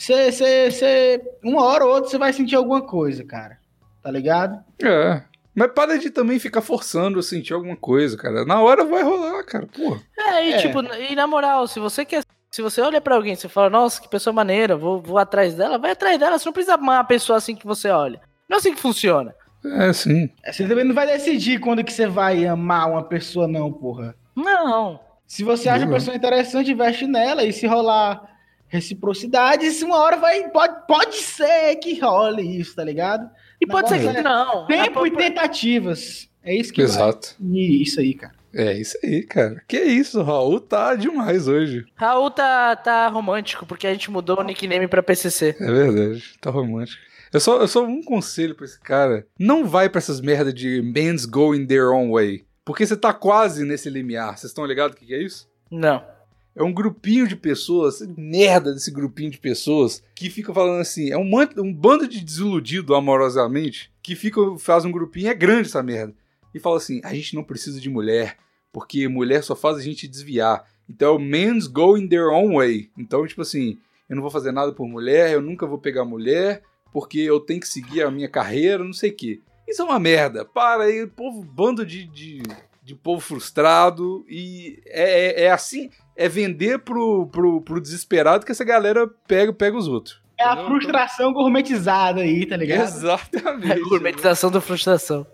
D: uma hora ou outra você vai sentir alguma coisa, cara. Tá ligado?
A: Mas para de também ficar forçando a sentir alguma coisa, cara. Na hora vai rolar, cara, porra.
B: Tipo, e na moral, se você olha pra alguém e você fala, nossa, que pessoa maneira, vou atrás dela, vai atrás dela, você não precisa amar a pessoa assim que você olha. Não é assim que funciona.
A: Sim.
D: Você também não vai decidir quando que você vai amar uma pessoa, não, porra.
B: Não.
D: Se você acha a pessoa interessante, investe nela, e se rolar reciprocidade, e uma hora pode ser que role isso, tá ligado?
B: E pode ser que não.
D: Tempo e tentativas. É isso que
A: Exato.
D: Isso aí, cara.
A: É isso aí, cara. Que isso, Raul tá demais hoje.
B: Raul tá romântico, porque a gente mudou o nickname pra PCC.
A: É verdade, tá romântico. Eu só um conselho pra esse cara. Não vai pra essas merdas de men's going their own way. Porque você tá quase nesse limiar. Vocês estão ligados o que é isso?
B: Não.
A: É um grupinho de pessoas, merda desse grupinho de pessoas, que ficam falando assim, é um bando de desiludido amorosamente, que faz um grupinho, é grande essa merda, e fala assim, a gente não precisa de mulher, porque mulher só faz a gente desviar. Então é o men's going their own way. Então, tipo assim, eu não vou fazer nada por mulher, eu nunca vou pegar mulher, porque eu tenho que seguir a minha carreira, não sei o quê. Isso é uma merda. Para aí, povo, bando de povo frustrado, e é assim, é vender pro desesperado que essa galera pega os outros.
D: É a frustração gourmetizada aí, tá ligado?
A: Exatamente.
B: É a gourmetização da frustração.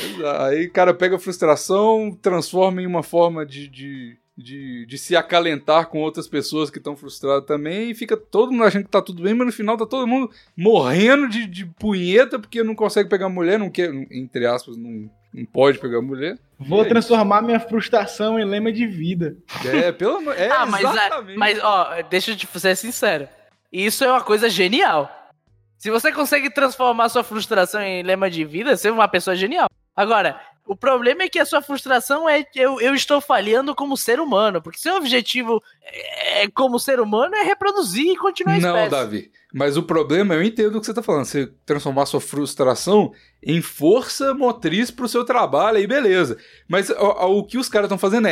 A: Aí o cara pega a frustração, transforma em uma forma de se acalentar com outras pessoas que estão frustradas também, e fica todo mundo achando que tá tudo bem, mas no final tá todo mundo morrendo de punheta porque não consegue pegar mulher, não quer, entre aspas, não pode pegar mulher.
D: Vou transformar minha frustração em lema de vida.
A: Pelo amor... exatamente.
B: Mas, ó, deixa eu te ser sincero. Isso é uma coisa genial. Se você consegue transformar sua frustração em lema de vida, você é uma pessoa genial. Agora, o problema é que a sua frustração é que eu estou falhando como ser humano. Porque seu objetivo como ser humano é reproduzir e continuar a espécie.
A: Não, Davi. Mas o problema, eu entendo o que você tá falando. Você transformar sua frustração em força motriz pro seu trabalho, aí beleza. Mas o que os caras estão fazendo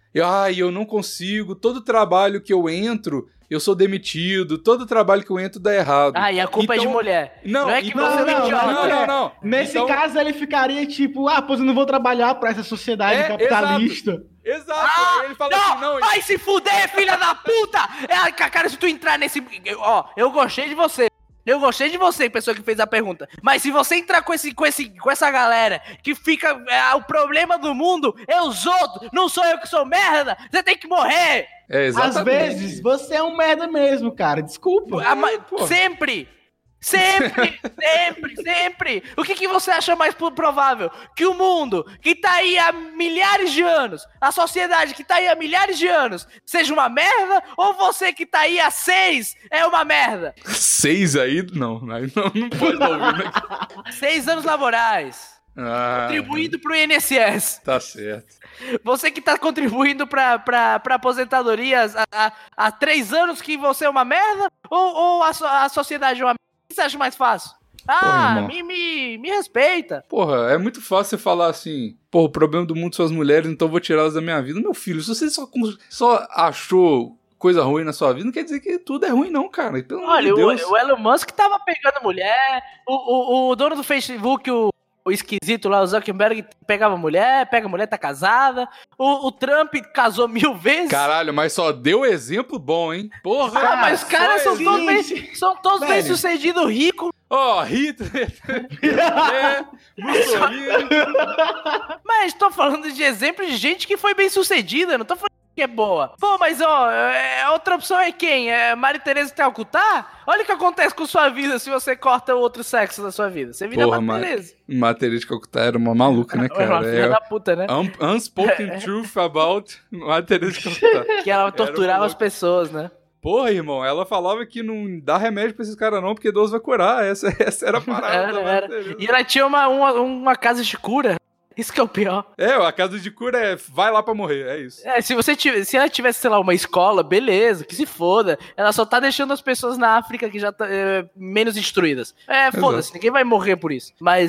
A: eu não consigo, todo trabalho que eu entro, eu sou demitido, todo trabalho que eu entro dá errado.
B: E a culpa é de mulher. Não é que
A: então,
B: você é idiota.
A: Não.
D: Nesse caso, ele ficaria tipo, pois eu não vou trabalhar pra essa sociedade capitalista.
A: Exato. Aí ele fala assim, não...
B: Vai se fuder, filha da puta! Cara, se tu entrar nesse... eu gostei de você. Eu gostei de você, pessoa que fez a pergunta. Mas se você entrar com essa galera que fica... o problema do mundo é os outros, não sou eu que sou merda, você tem que morrer!
D: Às vezes, você é um merda mesmo, cara. Desculpa.
B: Sempre! Sempre! O que você acha mais provável? Que o mundo, que tá aí há milhares de anos, a sociedade que tá aí há milhares de anos, seja uma merda? Ou você que tá aí há 6 é uma merda?
A: 6 aí? Não pode estar ouvindo aqui.
B: 6 anos laborais. Contribuindo pro INSS.
A: Tá certo.
B: Você que tá contribuindo pra aposentadorias há 3 anos que você é uma merda? Ou a sociedade é uma merda? O que você acha mais fácil? Me respeita.
A: Porra, é muito fácil você falar assim, o problema do mundo são as mulheres, então eu vou tirá-las da minha vida. Meu filho, se você só achou coisa ruim na sua vida, não quer dizer que tudo é ruim não, cara. Pelo amor de Deus.
B: O Elon Musk tava pegando mulher, o dono do Facebook, o esquisito lá, o Zuckerberg, pega mulher, tá casada. O Trump casou 1000 vezes.
A: Caralho, mas só deu exemplo bom, hein? Porra.
B: Mas os caras são todos bem-sucedidos, ricos.
A: Hitler. Mussolini.
B: Mas tô falando de exemplo de gente que foi bem-sucedida, não tô falando que é boa. Mas outra opção é quem? Maria Tereza de Calcutá? Olha o que acontece com sua vida se você corta o outro sexo da sua vida. Você vira Maria Tereza.
A: Maria Tereza de Calcutá era uma maluca, né, cara?
B: Era uma filha da puta, né?
A: Unspoken truth about Maria Tereza de Calcutá.
B: Que ela torturava as pessoas, né?
A: Porra, irmão, ela falava que não dá remédio pra esses caras não, porque Deus vai curar. Essa era a parada.
B: Era. E ela tinha uma casa de cura. Isso que é o pior.
A: A casa de cura vai lá pra morrer, é isso.
B: Se ela tivesse, sei lá, uma escola, beleza, que se foda. Ela só tá deixando as pessoas na África que já tá menos instruídas. Foda-se, ninguém vai morrer por isso. Mas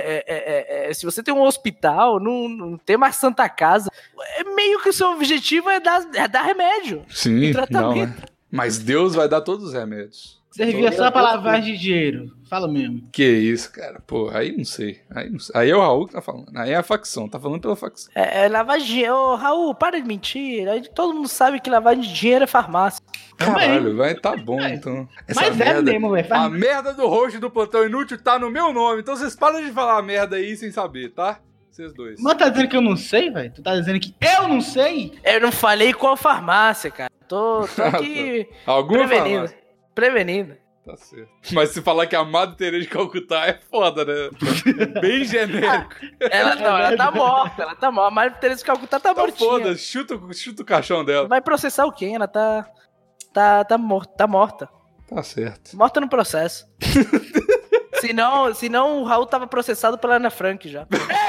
B: se você tem um hospital, não tem uma Santa Casa, meio que o seu objetivo é dar remédio.
A: Sim,
B: e tratamento.
A: não, Mas Deus vai dar todos os remédios.
D: Servia só pra lavagem de dinheiro. Fala mesmo.
A: Que isso, cara. Pô, aí não sei. Aí é o Raul que tá falando. Aí é a facção. Tá falando pela facção.
B: Lavagem... Raul, para de mentir. Aí todo mundo sabe que lavagem de dinheiro é farmácia.
A: Caralho, tá bom, então.
D: Mas merda, mesmo, velho.
A: A merda do host do Plantão Inútil tá no meu nome. Então vocês param de falar merda aí sem saber, tá? Vocês dois.
D: Mas tá dizendo que eu não sei, velho? Tu tá dizendo que eu não sei?
B: Eu não falei qual farmácia, cara. Tô aqui
A: Alguma farmácia.
B: prevenindo.
A: Tá certo. Mas se falar que a Madre Teresa de Calcutá é foda, né? É bem genérico.
B: Ela tá morta, A Madre Teresa de Calcutá tá
A: Então
B: mortinha.
A: foda, chuta o caixão dela.
B: Vai processar o quem? Ela tá morta.
A: Tá certo.
B: Morta no processo. senão o Raul tava processado pela Ana Frank já.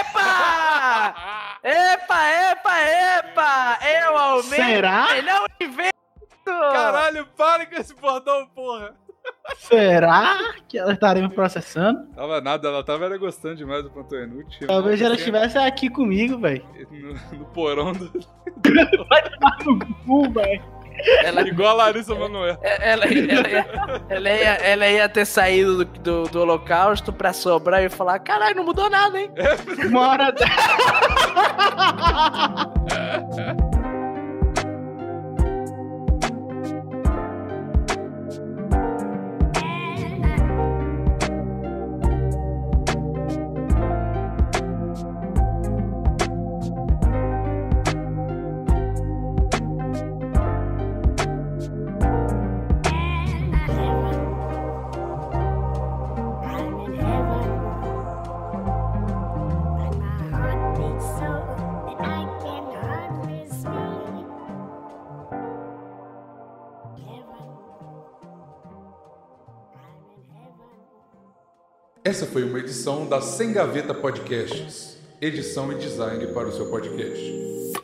B: Epa! Eu aumento.
D: Será?
B: Eu não invento.
A: Caralho, para com esse bordão, porra.
D: Será que ela estaria me processando?
A: Tava nada, ela era gostando demais do Plantão Inútil.
D: Talvez ela estivesse aqui comigo, velho.
A: No porão do...
D: Vai tomar no cu, velho.
A: Igual a Larissa Manoela.
B: Ela ia ter saído do holocausto pra sobrar e falar: caralho, não mudou nada, hein?
D: Uma hora.
A: Essa foi uma edição da Sem Gaveta Podcasts. Edição e design para o seu podcast.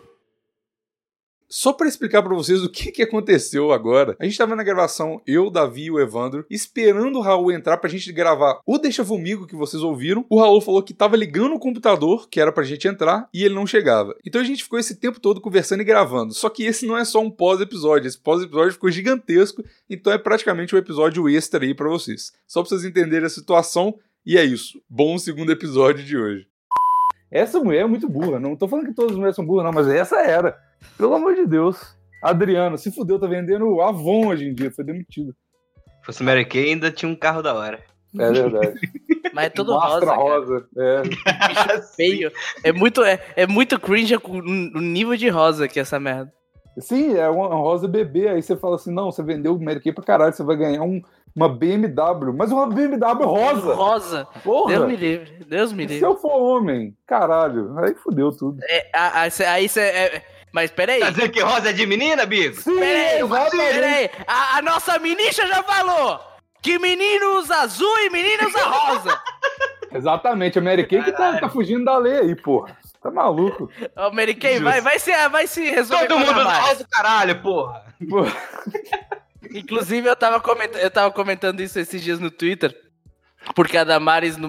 A: Só para explicar para vocês o que aconteceu agora, a gente estava na gravação, eu, Davi e o Evandro, esperando o Raul entrar pra gente gravar o Deixa Vomigo que vocês ouviram. O Raul falou que tava ligando o computador, que era pra gente entrar, e ele não chegava. Então a gente ficou esse tempo todo conversando e gravando. Só que esse não é só um pós-episódio, esse pós-episódio ficou gigantesco, então é praticamente um episódio extra aí pra vocês. Só pra vocês entenderem a situação, e é isso. Bom segundo episódio de hoje. Essa mulher é muito burra, não tô falando que todas as mulheres são burras não, mas essa era. Pelo amor de Deus. Adriano, se fudeu, tá vendendo Avon hoje em dia, foi demitido.
C: Se fosse Mary Kay, ainda tinha um carro da hora.
A: É verdade.
B: Mas é tudo
A: Mostra
B: rosa,
A: rosa.
B: cara. Feio. É muito cringe o nível de rosa que é essa merda.
A: Sim, é uma rosa bebê, aí você fala assim, não, você vendeu o Mary Kay pra caralho, você vai ganhar uma BMW, mas uma BMW rosa.
B: Rosa.
A: Porra.
B: Deus me livre. Deus me livre.
A: Se eu for homem, caralho, aí fudeu tudo.
B: Aí você... Mas peraí.
C: Tá dizendo que rosa é de menina, Bigo?
A: Sim,
B: Peraí. A nossa ministra já falou que menino usa azul e menina usa rosa.
A: Exatamente, a Mary Kay que tá fugindo da lei aí, porra. Tá maluco.
B: Ô, Mary Kay, vai se resolver.
C: Todo mundo usa rosa, caralho, porra.
B: Inclusive, eu tava comentando isso esses dias no Twitter, porque a Damares,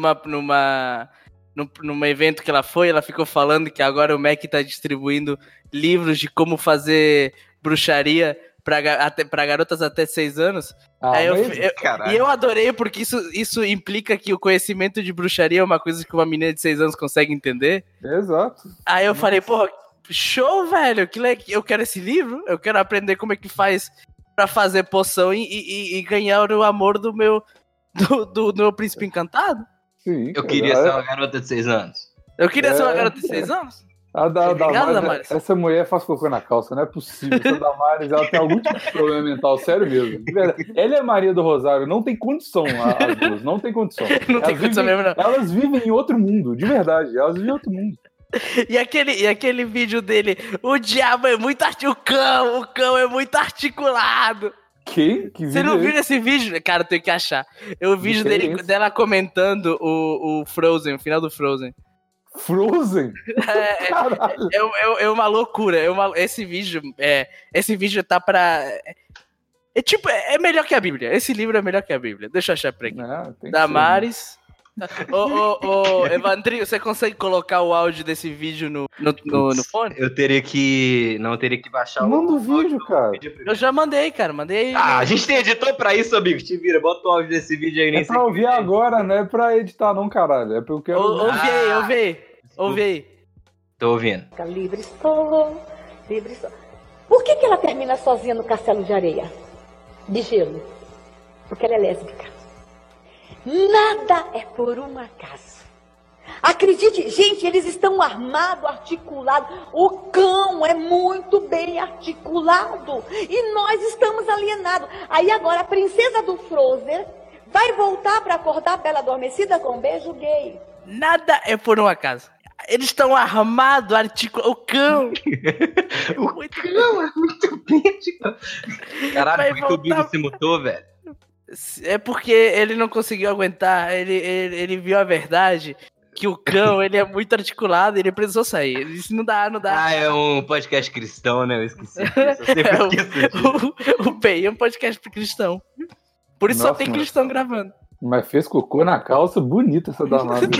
B: num evento que ela foi, ela ficou falando que agora o MEC tá distribuindo livros de como fazer bruxaria pra garotas até 6 anos. E eu adorei, porque isso implica que o conhecimento de bruxaria é uma coisa que uma menina de 6 anos consegue entender.
A: Exato.
B: Aí eu falei, porra, show, velho, eu quero esse livro, eu quero aprender como é que faz pra fazer poção e ganhar o amor do meu príncipe encantado.
A: Sim,
C: eu queria ser uma garota de 6 anos.
B: Eu queria ser uma garota de 6 anos?
A: Damares, essa mulher faz cocô na calça, não é possível. Essa Damares, ela tem algum tipo de problema mental, sério mesmo. Ela e a Maria do Rosário não tem condição, as duas, não tem condição.
B: Não tem condição mesmo, não.
A: Elas vivem em outro mundo, de verdade, elas vivem em outro mundo.
B: E aquele vídeo dele, o diabo é muito articulado, o cão é muito articulado.
A: Que
B: Você não viu esse vídeo? Cara, eu tenho que achar. Eu vi o vídeo dela comentando o Frozen, o final do Frozen.
A: Frozen?
B: É uma loucura. Esse vídeo tá pra... É melhor que a Bíblia. Esse livro é melhor que a Bíblia. Deixa eu achar pra aqui. Damares... Ô, Evandrinho, você consegue colocar o áudio desse vídeo no fone?
C: Eu teria que baixar
A: Manda o vídeo, cara.
B: Eu já mandei, cara. Mandei.
C: A gente tem editor pra isso, amigo. Te vira, bota o áudio desse vídeo aí.
A: É pra ouvir agora, não é pra editar não, caralho. É porque eu quero...
B: Ouve aí.
C: Tô ouvindo.
E: Livre estou. Por que ela termina sozinha no castelo de areia? De gelo. Porque ela é lésbica. Nada é por um acaso. Acredite, gente, eles estão armados, articulados. O cão é muito bem articulado. E nós estamos alienados. Aí agora a princesa do Frozen vai voltar para acordar a Bela Adormecida com um beijo gay.
B: Nada é por um acaso. Eles estão armados, articulados. O cão.
C: O cão é muito bem articulado. Caralho,
B: Vai
C: como é que o Bigo
B: voltar-
C: se mutou, velho?
B: É porque ele não conseguiu aguentar. Ele viu a verdade. Que o cão, ele é muito articulado e ele precisou sair. Ele disse, não dá.
C: Ah, é um podcast cristão, né? Eu esqueci disso. Eu sempre esqueço disso.
B: O PI é um podcast cristão. Por isso só
A: Nossa,
B: tem
A: mano.
B: cristão gravando.
A: Mas fez cocô na calça, bonita essa danada.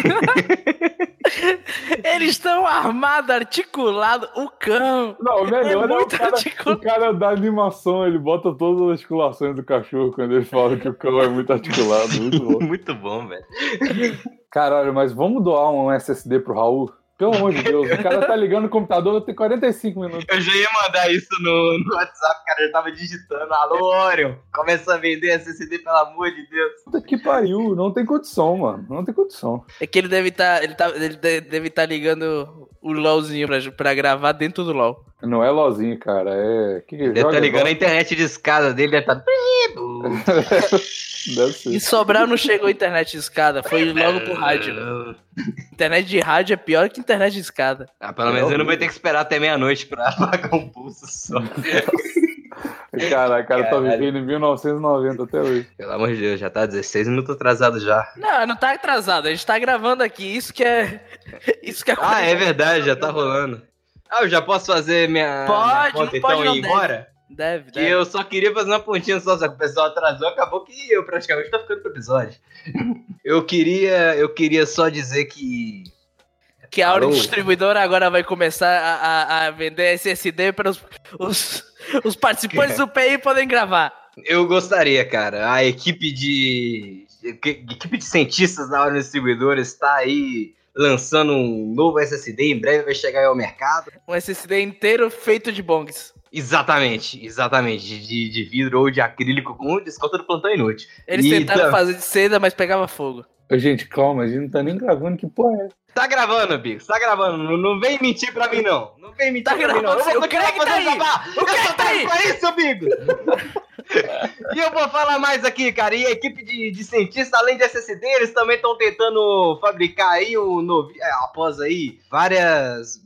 B: Eles estão armados, articulados. O cão.
A: Não, o melhor é,
B: muito
A: o
B: articulado.
A: cara da animação, ele bota todas as articulações do cachorro quando ele fala que o cão é muito articulado. Muito bom.
C: Muito bom, velho.
A: Caralho, mas vamos doar um SSD pro Raul? Pelo amor de Deus, o cara tá ligando no computador, tem 45 minutos.
C: Eu já ia mandar isso no WhatsApp, cara. Eu tava digitando. Alô, Orion, começa a vender SSD, pelo amor de Deus.
A: Puta que pariu, não tem condição, mano. Não tem condição.
B: É que ele deve estar ligando o LOLzinho pra gravar dentro do LOL.
A: Não é lozinho, cara. É. Que
C: Ele tá ligando a internet de escada dele, deve tá.
A: Deve ser.
B: E Sobral não chegou a internet de escada, foi logo pro rádio. Internet de rádio é pior que internet de escada.
C: Ah, pelo menos ele não vai ter que esperar até meia-noite pra pagar um pulso só.
A: Caralho, cara, tá
C: Caralho.
A: vivendo em 1990 até hoje.
C: Pelo amor de Deus, já tá 16 minutos atrasado já.
B: Não tá atrasado, a gente tá gravando aqui, isso que é.
C: Ah, é verdade, já tá rolando. Ah, eu já posso fazer minha
B: Pode,
C: conta
B: não
C: então
B: pode,
C: e
B: não
C: ir
B: deve.
C: embora?
B: Deve.
C: Que eu só queria fazer uma pontinha só que o pessoal atrasou, acabou que eu praticamente tô ficando pro episódio. Eu queria só dizer que...
B: Que a
C: Alô?
B: distribuidora agora vai começar a vender SSD para os participantes do PI poderem gravar.
C: Eu gostaria, cara. A equipe de cientistas da Orion Distribuidora está aí lançando um novo SSD. Em breve vai chegar aí ao mercado.
B: Um SSD inteiro feito de bongs.
C: Exatamente. De vidro ou de acrílico com desconto do plantão inútil.
B: Eles
C: E
B: tentaram
C: tá-
B: fazer de seda, mas pegava fogo.
A: Ô, gente, calma, a gente não tá nem gravando, que porra é essa?
C: Tá gravando, Bigos, tá gravando. Não vem mentir pra mim, não. Não vem mentir
B: Tá
C: pra mim, não.
B: gravando,
C: Eu vou
B: o
C: continuar
B: Craig tá
C: fazendo
B: aí.
C: jabá.
B: O Craig tá aí.
C: É isso, Bigos. E eu vou falar mais aqui, cara. E a equipe de cientistas, além de SSD, eles também estão tentando fabricar aí um novo... após aí várias...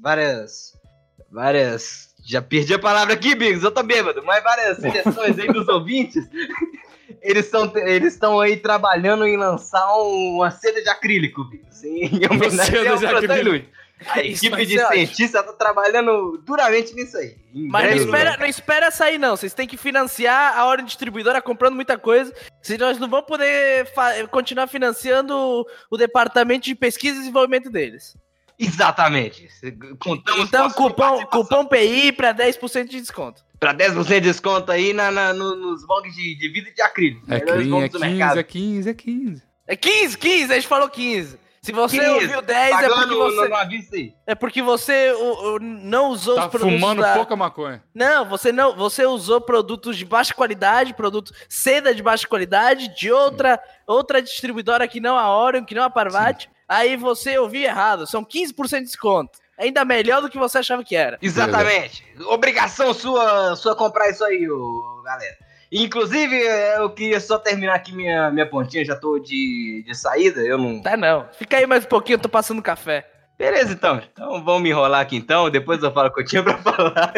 C: Já perdi a palavra aqui, Bigos, eu tô bêbado. Mas várias sugestões aí dos ouvintes... Eles estão aí trabalhando em lançar uma seda de acrílico, Bigos, em homenagem
A: seda
C: ao
A: de
C: plantão
A: acrílico.
C: inútil. A
B: Isso
C: equipe
B: vai
C: de
B: ser ótimo.
C: cientistas tá trabalhando duramente nisso aí. Em
B: Mas
C: breve,
B: não espera sair, não. Vocês têm que financiar a Orion Distribuidora comprando muita coisa. Senão nós não vamos poder continuar financiando o departamento de pesquisa e desenvolvimento deles.
C: Exatamente. Contamos
B: Então,
C: com a sua participação.
B: cupom PI para 10% de desconto.
C: Pra 10% de desconto aí nos bongs de vidro e de acrílico. Melhores bongs do mercado.
A: é 15.
B: É 15, a gente falou 15. Se você
C: 15,
B: ouviu 10,
C: pagando
B: é
C: no aviso aí.
B: porque você não usou
A: Tá
B: os produtos
A: fumando
B: da...
A: pouca maconha.
B: Não, você usou produtos de baixa qualidade, seda de baixa qualidade, de outra distribuidora que não a Orion, que não a Parvati. Aí você ouviu errado, são 15% de desconto. Ainda melhor do que você achava que era.
C: Exatamente. Obrigação sua comprar isso aí, galera. Inclusive, eu queria só terminar aqui minha pontinha, já tô de saída, eu não...
B: Tá não, fica aí mais um pouquinho, eu tô passando café.
C: Beleza, então. Então vamos me enrolar aqui então, depois eu falo o que eu tinha pra falar.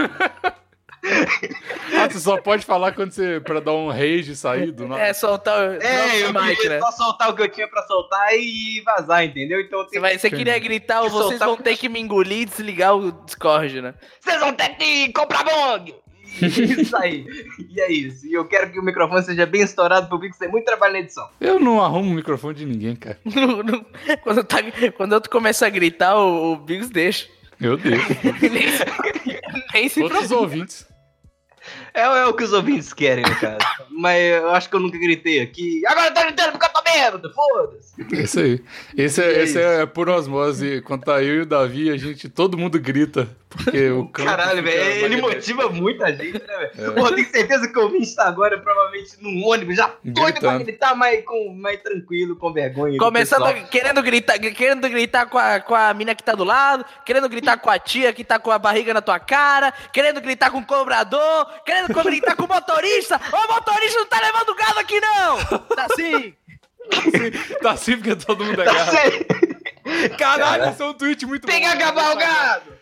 A: Ah, você só pode falar quando você... pra dar um rage e sair do nada.
B: É, soltar o
C: Eu
B: mic,
C: queria
B: né?
C: só soltar o que eu tinha pra soltar e vazar, entendeu? Então eu tenho
B: Você queria gritar,
C: que
B: vocês
C: soltar
B: vão ter que me engolir e desligar o Discord, né?
C: Vocês vão ter que comprar bong! Isso aí. E é isso. E eu quero que o microfone seja bem estourado pro Bigos ter muito trabalho na edição.
A: Eu não arrumo o microfone de ninguém, cara.
B: Quando eu começo a gritar, o Bigos deixa.
A: Eu deixo.
B: Nem se
A: Outros
B: preocupa.
A: ouvintes.
C: É o que os ouvintes querem, no caso. Mas eu acho que eu nunca gritei aqui. Agora eu tô gritando porque eu tô merda, foda-se.
A: É isso aí. Esse é por osmose. Quando tá eu e o Davi, todo mundo grita. Porque o campo
C: Caralho,
A: fica
C: velho, ele
A: magnético.
C: motiva muita gente, né, velho? Pô, tenho certeza que o ouvinte tá agora, provavelmente, num ônibus, já doido pra gritar, mais tranquilo, com vergonha.
B: Começando, querendo gritar com a mina que tá do lado, querendo gritar com a tia que tá com a barriga na tua cara, querendo gritar com o cobrador, querendo gritar com o motorista. Ô, motorista, não tá levando gado aqui, não! Tá assim.
A: Tá assim porque todo mundo é
C: Tá
A: gado.
C: certo.
A: Caralho, esse é um tweet muito
C: Tem que acabar o gado!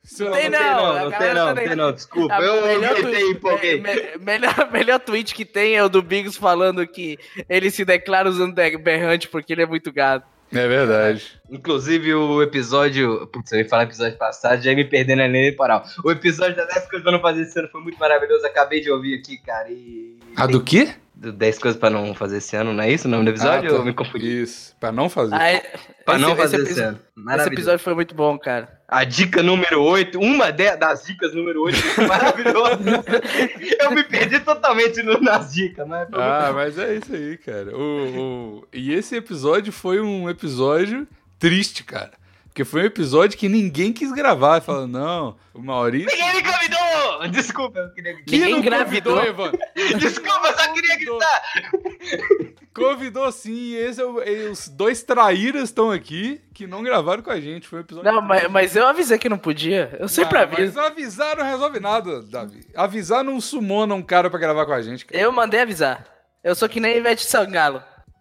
B: Não
C: tem não, desculpa.
B: Tá,
C: Eu
B: melhor
C: gritei e empolguei.
B: melhor tweet que tem é o do Bigos falando que ele se declara usando berrante porque ele é muito gado.
A: É verdade.
C: Inclusive o episódio... Putz, eu ia falar episódio passado, já ia me perdendo ali no paral. O episódio das 10 coisas pra não fazer esse ano foi muito maravilhoso. Acabei de ouvir aqui, cara, e...
A: Do quê?
C: 10 coisas pra não fazer esse ano, não é isso o nome do episódio?
A: Tá.
C: Eu me confundi.
A: Isso, pra não fazer.
C: Pra não fazer esse ano.
B: Esse episódio foi muito bom, cara.
C: A dica número 8, das dicas número 8 foi maravilhosa. Eu me perdi totalmente nas dicas, mas...
A: Mas é isso aí, cara. E esse episódio foi um episódio triste, cara. Porque foi um episódio que ninguém quis gravar. Falando, não, o Maurício...
C: Ninguém me convidou! Desculpa, eu queria gritar.
B: Ninguém engravidou,
A: Evandro.
C: Desculpa, eu só queria gritar.
A: Convidou sim, os dois traíras estão aqui que não gravaram com a gente. Foi um episódio.
B: Não, mas eu avisei que não podia. Eu sempre aviso.
A: Mas avisar não resolve nada, Davi. Avisar não sumona um cara pra gravar com a gente. Cara.
B: Eu mandei avisar. Eu sou que nem Ivete Sangalo.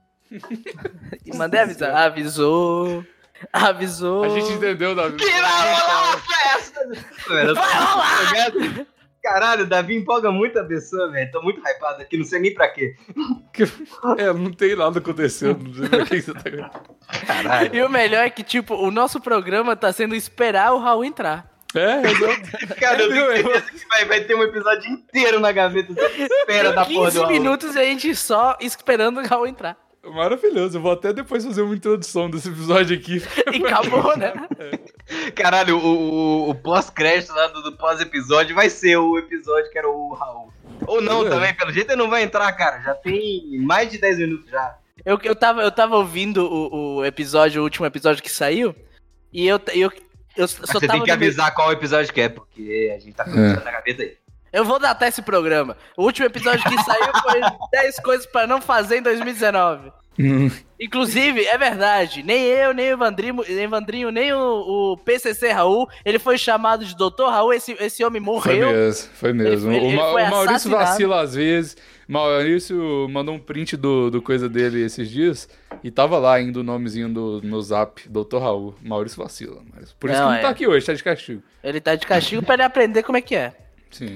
B: Mandei avisar. Avisou.
A: A gente entendeu, Davi.
C: Que vai rolar uma festa! Vai rolar! Caralho, o Davi empolga muito a pessoa, velho. Tô muito hypado aqui, não sei nem pra quê.
A: Não tem nada acontecendo. Não sei pra que você tá gravando.
C: Caralho.
B: E o melhor é que, tipo, o nosso programa tá sendo esperar o Raul entrar.
A: Exato.
C: Cara, eu tenho certeza que vai ter um episódio inteiro na gaveta. Você espera da porra do
B: 15 minutos e a gente só esperando o Raul entrar.
A: Maravilhoso. Eu vou até depois fazer uma introdução desse episódio aqui.
B: E acabou, né?
C: Caralho, o pós-crédito lá do pós-episódio vai ser o episódio que era o Raul. Ou não também, pelo jeito ele não vai entrar, cara. Já tem mais de 10 minutos já.
B: Eu tava ouvindo o último episódio que saiu, e eu só
C: Você
B: tava...
C: tem que avisar qual episódio que é, porque a gente tá com na gaveta aí.
B: Eu vou datar esse programa. O último episódio que saiu foi 10 coisas pra não fazer em 2019. Inclusive, é verdade, nem eu, nem o Evandrinho, nem o PCC Raul, ele foi chamado de Dr. Raul, esse homem morreu.
A: Foi mesmo.
B: Ele foi
A: o Maurício
B: assassinado.
A: vacila às vezes. Maurício mandou um print do coisa dele esses dias e tava lá ainda o nomezinho do meu zap, Dr. Raul. Maurício vacila. Por isso que não tá aqui hoje, tá de castigo.
B: Ele tá de castigo pra ele aprender como é que é.
A: Sim.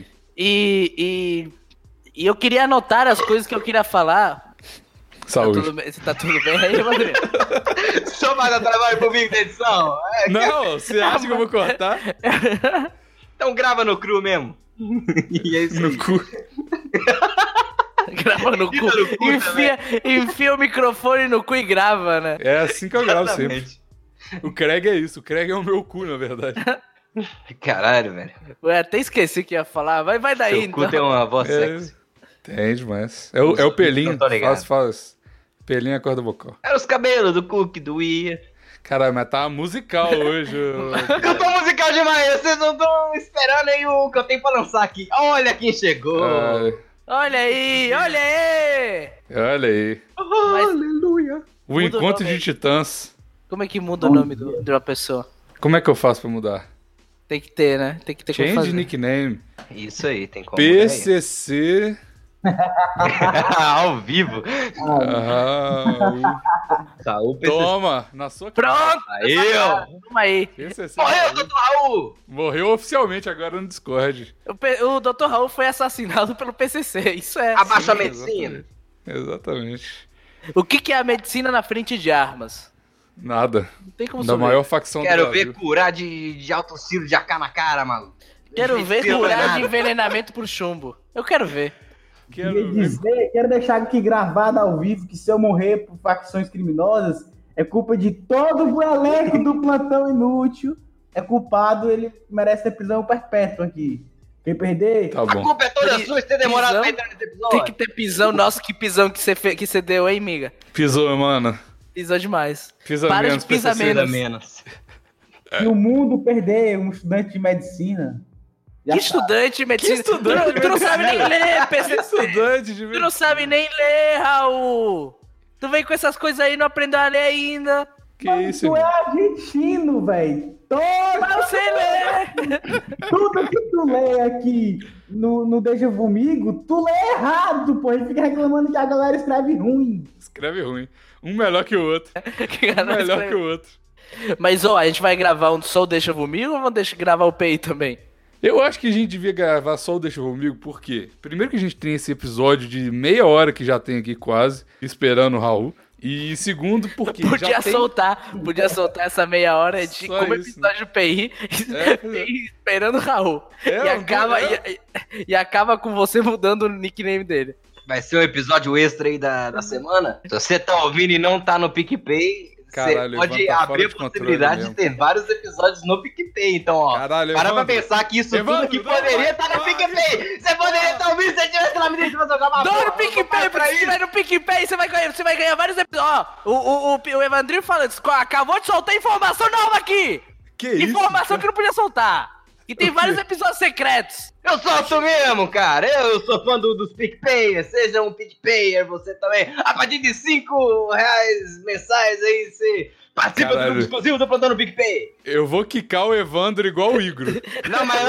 B: E eu queria anotar as coisas que eu queria falar.
A: Saúde.
B: Tá tudo bem aí, Rodrigo?
C: Só vai dar trabalho pro Vico da edição?
A: Não, você acha que eu vou cortar?
C: Então grava no cru mesmo. E é isso
A: No
C: aí.
A: cu.
B: Grava no cu. Enfia o microfone no cu e grava, né?
A: É assim que eu gravo sempre.
C: Exatamente.
A: O Craig é isso. O Craig é o meu cu, na verdade.
C: Caralho, velho.
B: Eu até esqueci que ia falar. Vai daí,
C: Seu
B: então.
C: cu tem uma voz sexy.
A: Tem demais. É o pelinho.
C: Não tô ligado.
A: Faz. Pelinho é a corda vocal.
C: Era os cabelos do cu que doía.
A: Caralho, mas tá musical hoje.
C: Eu tô musical demais, vocês não estão esperando aí o que eu tenho pra lançar aqui. Olha quem chegou.
B: Olha aí, olha aí.
A: Olha aí.
C: Aleluia.
A: O
B: Muda o
A: encontro
B: nome
A: de titãs.
B: Como é que muda o nome de uma pessoa?
A: Como é que eu faço pra mudar?
B: Tem que ter, né? Tem que ter como
A: Change
B: fazer.
A: nickname.
C: Isso aí, tem como.
A: PCC.
C: Ao vivo. Saúl PCC.
A: Toma, na sua cara.
B: Pronto!
C: Aí, ó.
B: Toma aí.
A: PCC.
C: Morreu, Dr. Raul.
A: Morreu oficialmente agora no Discord.
B: O Dr. Raul foi assassinado pelo PCC. Isso é.
C: Abaixa a
A: Sim,
C: medicina.
A: Exatamente.
B: O que é a medicina na frente de armas?
A: Nada.
B: Não tem como
A: Da
B: saber.
A: maior facção do
C: Quero
A: Brasil.
C: ver curar de alto tiro de AK na cara, maluco.
B: Quero ver
C: Não
B: curar
C: nada.
B: de envenenamento por chumbo. Eu quero ver.
F: Quero deixar aqui gravado ao vivo que se eu morrer por facções criminosas, é culpa de todo o elenco do Plantão Inútil. É culpado, ele merece ter prisão perpétua aqui. Quem perder...
A: Tá
C: A
A: bom.
C: culpa é toda sua de ter demorado
B: Pisão?
C: pra entrar nesse episódio.
B: Tem que ter pisão. Nossa, que pisão que você deu, hein, miga?
A: Pisou, mano.
B: Pisou demais.
A: Pisa
B: Para
A: menos,
B: de pisar
A: PCC.
B: menos.
F: Se o mundo perder um estudante de medicina... já
B: Que
F: sabe.
B: estudante de medicina?
A: Que estudante de
B: Tu não sabe nem ler,
A: Que
B: PCC.
A: estudante de
B: Tu não sabe nem ler, Raul. Tu vem com essas coisas aí e não aprendeu a ler ainda.
A: Que isso,
F: Tu é
A: irmão?
F: argentino, velho.
B: Mas você lê.
F: Tudo que tu lê aqui no Deixa Comigo, tu lê errado, pô. Ele fica reclamando que a galera escreve ruim.
A: Escreve ruim. Um melhor que o outro.
B: Que
A: Um
B: cara
A: melhor
B: escreve.
A: que o outro.
B: Mas, ó, a gente vai gravar um só o Deixa Comigo ou vamos gravar o PI também?
A: Eu acho que a gente devia gravar só o Deixa Comigo, por quê? Primeiro que a gente tem esse episódio de meia hora que já tem aqui quase, esperando o Raul. E segundo, porque
B: Podia
A: já tem...
B: soltar essa meia hora de
A: Só
B: como
A: isso,
B: episódio do PI,
A: É,
B: PI esperando o Raul.
A: É,
B: E acaba com você mudando o nickname dele.
C: Vai ser um episódio extra aí da semana. Se você tá ouvindo e não tá no PicPay,
A: Caralho,
C: você pode
A: Evandro tá
C: abrir
A: fora
C: a
A: de controle
C: possibilidade de
A: mesmo.
C: ter vários episódios no PicPay. Então, ó,
A: Caralho,
C: para pra
A: Evandro.
C: pensar que isso
A: Evandro,
C: tudo que
A: não,
C: poderia estar no
A: vai.
C: PicPay. Você poderia estar ouvindo se você tivesse lá me deixando jogar uma
B: Dá
C: bola.
B: no PicPay, porque se tiver no PicPay, você vai ganhar vários episódios. Ó, o Evandrinho falando, acabou de soltar informação nova aqui.
A: Que isso?
B: Informação que não podia soltar. E tem vários episódios secretos.
C: Eu solto mesmo, cara. Eu sou fã dos PicPayers. Seja um PicPayer, você também. A partir de R$5 mensais aí, você participa do
A: Caralho.
C: grupo exclusivo do Plantão no PicPay.
A: Eu vou quicar o Evandro igual o Igor.
C: Não, mas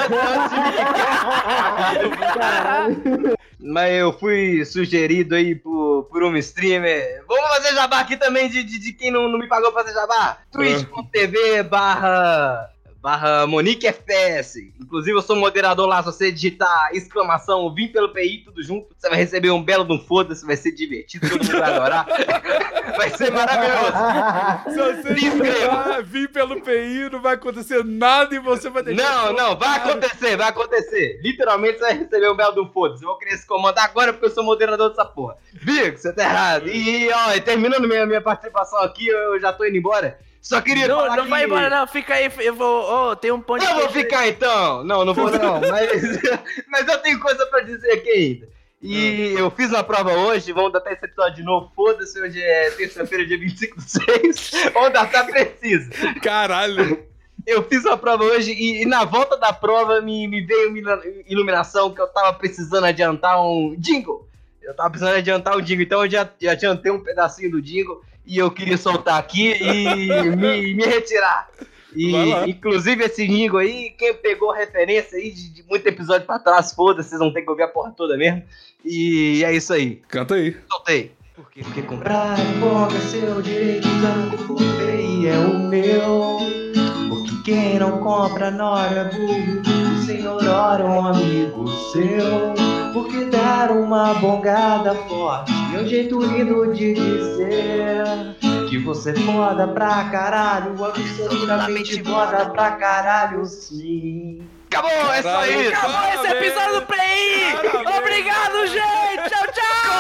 C: antes de me Mas eu fui sugerido aí por um streamer. Vamos fazer jabá aqui também de quem não me pagou pra fazer jabá. twitch.tv/... Monique FPS. Inclusive, eu sou moderador lá. Se você digitar exclamação, vim pelo PI, tudo junto, você vai receber um belo de um foda-se, vai ser divertido, todo mundo vai adorar. Vai ser maravilhoso.
A: Se você digitar, vir pelo PI, não vai acontecer nada e você vai deixar...
C: Não, vai acontecer. Literalmente, você vai receber um belo de um foda-se. Eu vou criar esse comando agora porque eu sou moderador dessa porra. Bico, você tá errado. E, ó, terminando minha participação aqui, eu já tô indo embora. Só queria falar
B: Não
C: que...
B: vai embora, não. Fica aí. Eu vou. Tem um ponto
C: Eu vou ficar então. Não vou não. Mas eu tenho coisa pra dizer aqui ainda. E eu fiz uma prova hoje, vamos datar esse episódio de novo. Foda-se, hoje é terça-feira, dia 25/6. Vamos datar preciso.
A: Caralho.
C: Eu fiz uma prova hoje e na volta da prova me veio uma iluminação que eu tava precisando adiantar um jingle. Então eu já adiantei um pedacinho do jingle. E eu queria soltar aqui e me retirar. E, inclusive, esse jingle aí, quem pegou referência aí de muito episódio pra trás, foda-se, vocês vão ter que ouvir a porra toda mesmo. E é isso aí.
A: Canta aí.
C: Soltei. Porque comprar pouco é seu direito, tanto o PI é o meu. Porque quem não compra nora é burro, o senhor ora é um amigo seu. Porque dar uma bongada forte é um jeito lindo de dizer que você foda pra caralho, absolutamente foda pra caralho, sim. Acabou, é só isso.
B: Acabou esse episódio do PI! Obrigado, gente! Tchau,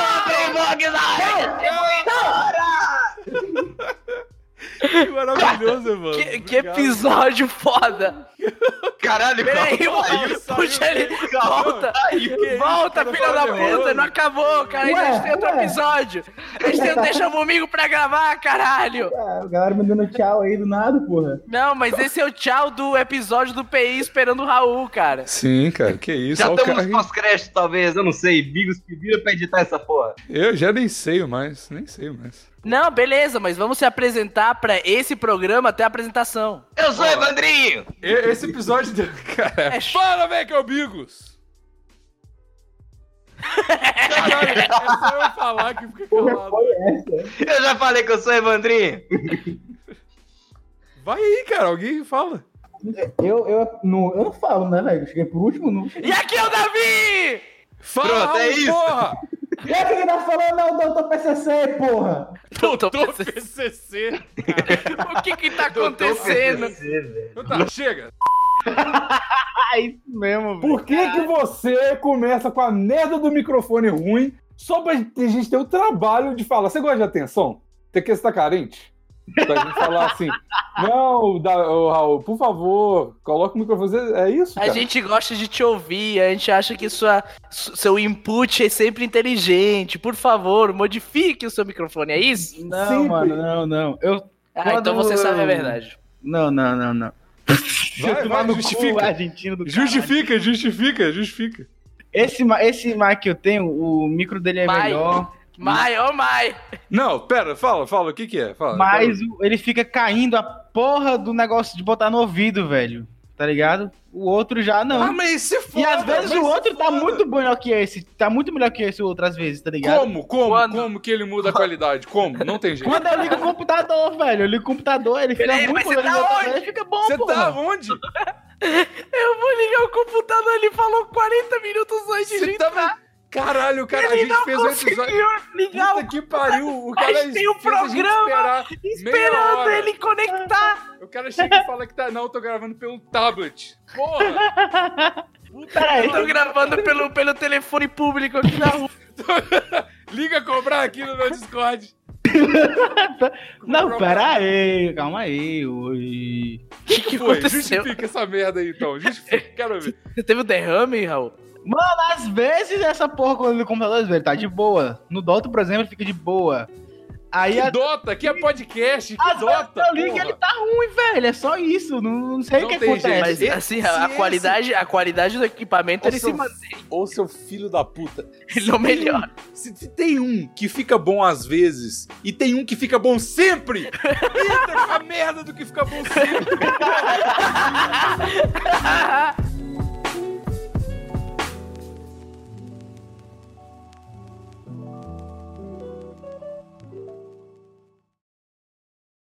B: tchau!
A: Que maravilhoso, mano.
B: Que episódio foda!
C: Caralho,
B: Peraí,
A: Saiu,
B: puxa ele! Volta!
A: Que
B: Volta,
A: isso,
B: filha da
A: cara,
B: puta! Não acabou, cara! A gente tem outro episódio! A gente tem um Deixa Comigo pra gravar, caralho!
F: A galera me dando tchau aí do nada, porra.
B: Não, mas esse é o tchau do episódio do PI esperando o Raul, cara.
A: Sim, cara, que isso.
C: Já
A: Olha o
C: estamos
A: cara
C: nos pós-créditos, talvez, eu não sei. Bigos pediram pra editar essa porra.
A: Eu já nem sei mais.
B: Não, beleza, mas vamos se apresentar pra esse programa até a apresentação.
C: Eu sou Evandrinho!
A: Esse episódio... Cara, fala, velho, que é o Bigos! Caralho, é só eu falar que fica calado.
F: Foi essa.
C: Eu já falei que eu sou Evandrinho.
A: Vai aí, cara, alguém fala.
F: Eu não falo, né, velho? Eu cheguei por último, não.
B: E aqui é o Davi!
A: Fala,
C: Pronto, é isso.
A: porra!
F: E aí, quem tá falando é o Doutor PCC, porra!
B: Doutor
A: PCC.
B: O que tá acontecendo?
A: Tá, chega.
D: É isso mesmo, velho.
G: Por que você começa com a merda do microfone ruim só pra gente ter o trabalho de falar? Você gosta de atenção? Você quer estar carente? Pra gente falar assim, não, Raul, por favor, coloca o microfone. É isso, cara?
B: A gente gosta de te ouvir, a gente acha que seu input é sempre inteligente. Por favor, modifique o seu microfone, é isso?
D: Não,
G: Sempre.
D: mano, não.
B: Então você sabe a verdade.
D: Não.
A: Vai, justifica. Justifica.
D: Esse mic que eu tenho, o micro dele é melhor.
B: Mai.
A: Não, pera, fala, o que é? Fala.
D: Mas ele fica caindo a porra do negócio de botar no ouvido, velho. Tá ligado? O outro já não.
A: Ah, mas se foda,
D: E às vezes o outro tá muito melhor que esse. Tá muito melhor que esse outro, às vezes, tá ligado?
A: Como que ele muda a qualidade? Como? Não tem jeito.
D: Quando eu ligo o computador, velho. Eu ligo o computador, ele fica muito
B: mas você tá
D: melhor.
B: onde?
D: Ele fica bom,
A: Você
D: porra.
A: tá onde?
B: Eu vou ligar o computador, ele falou 40 minutos antes de
A: Você
B: entrar.
A: tava... Caralho, cara, a
B: Ele
A: gente
B: não
A: fez um
B: conseguiu
A: episódio...
B: ligar
A: Puta que pariu, o cara
B: Mas tem um
A: fez a gente
B: programa
A: esperar meia
B: esperando
A: hora.
B: ele conectar.
A: O cara chega e fala que tá... Não, eu tô gravando pelo tablet. Porra!
B: Eu tô gravando pelo telefone público aqui na rua.
A: Liga cobrar aqui no meu Discord.
D: Não, pera aí, calma aí. Oi.
B: O que
A: Foi,
B: aconteceu?
A: justifica essa merda aí, então. Justifica, quero ver.
B: Você teve um derrame, Raul?
D: Mano, às vezes essa porra quando eu ligo o computador, velho, tá de boa. No Dota, por exemplo, ele fica de boa. Aí
A: Que Dota, aqui é podcast, que
D: às vezes
A: Dota,
D: eu ligo e
A: porra.
D: ele tá ruim, velho. É só isso. Não sei
A: Não
D: o que
A: tem
D: acontece.
B: Mas
A: jeito.
B: assim,
A: Se
B: a qualidade do equipamento, ele se mantém.
A: Ô, seu filho da puta.
B: Ele não melhora.
A: Se tem um que fica bom às vezes e tem um que fica bom sempre, entra com a merda do que fica bom sempre.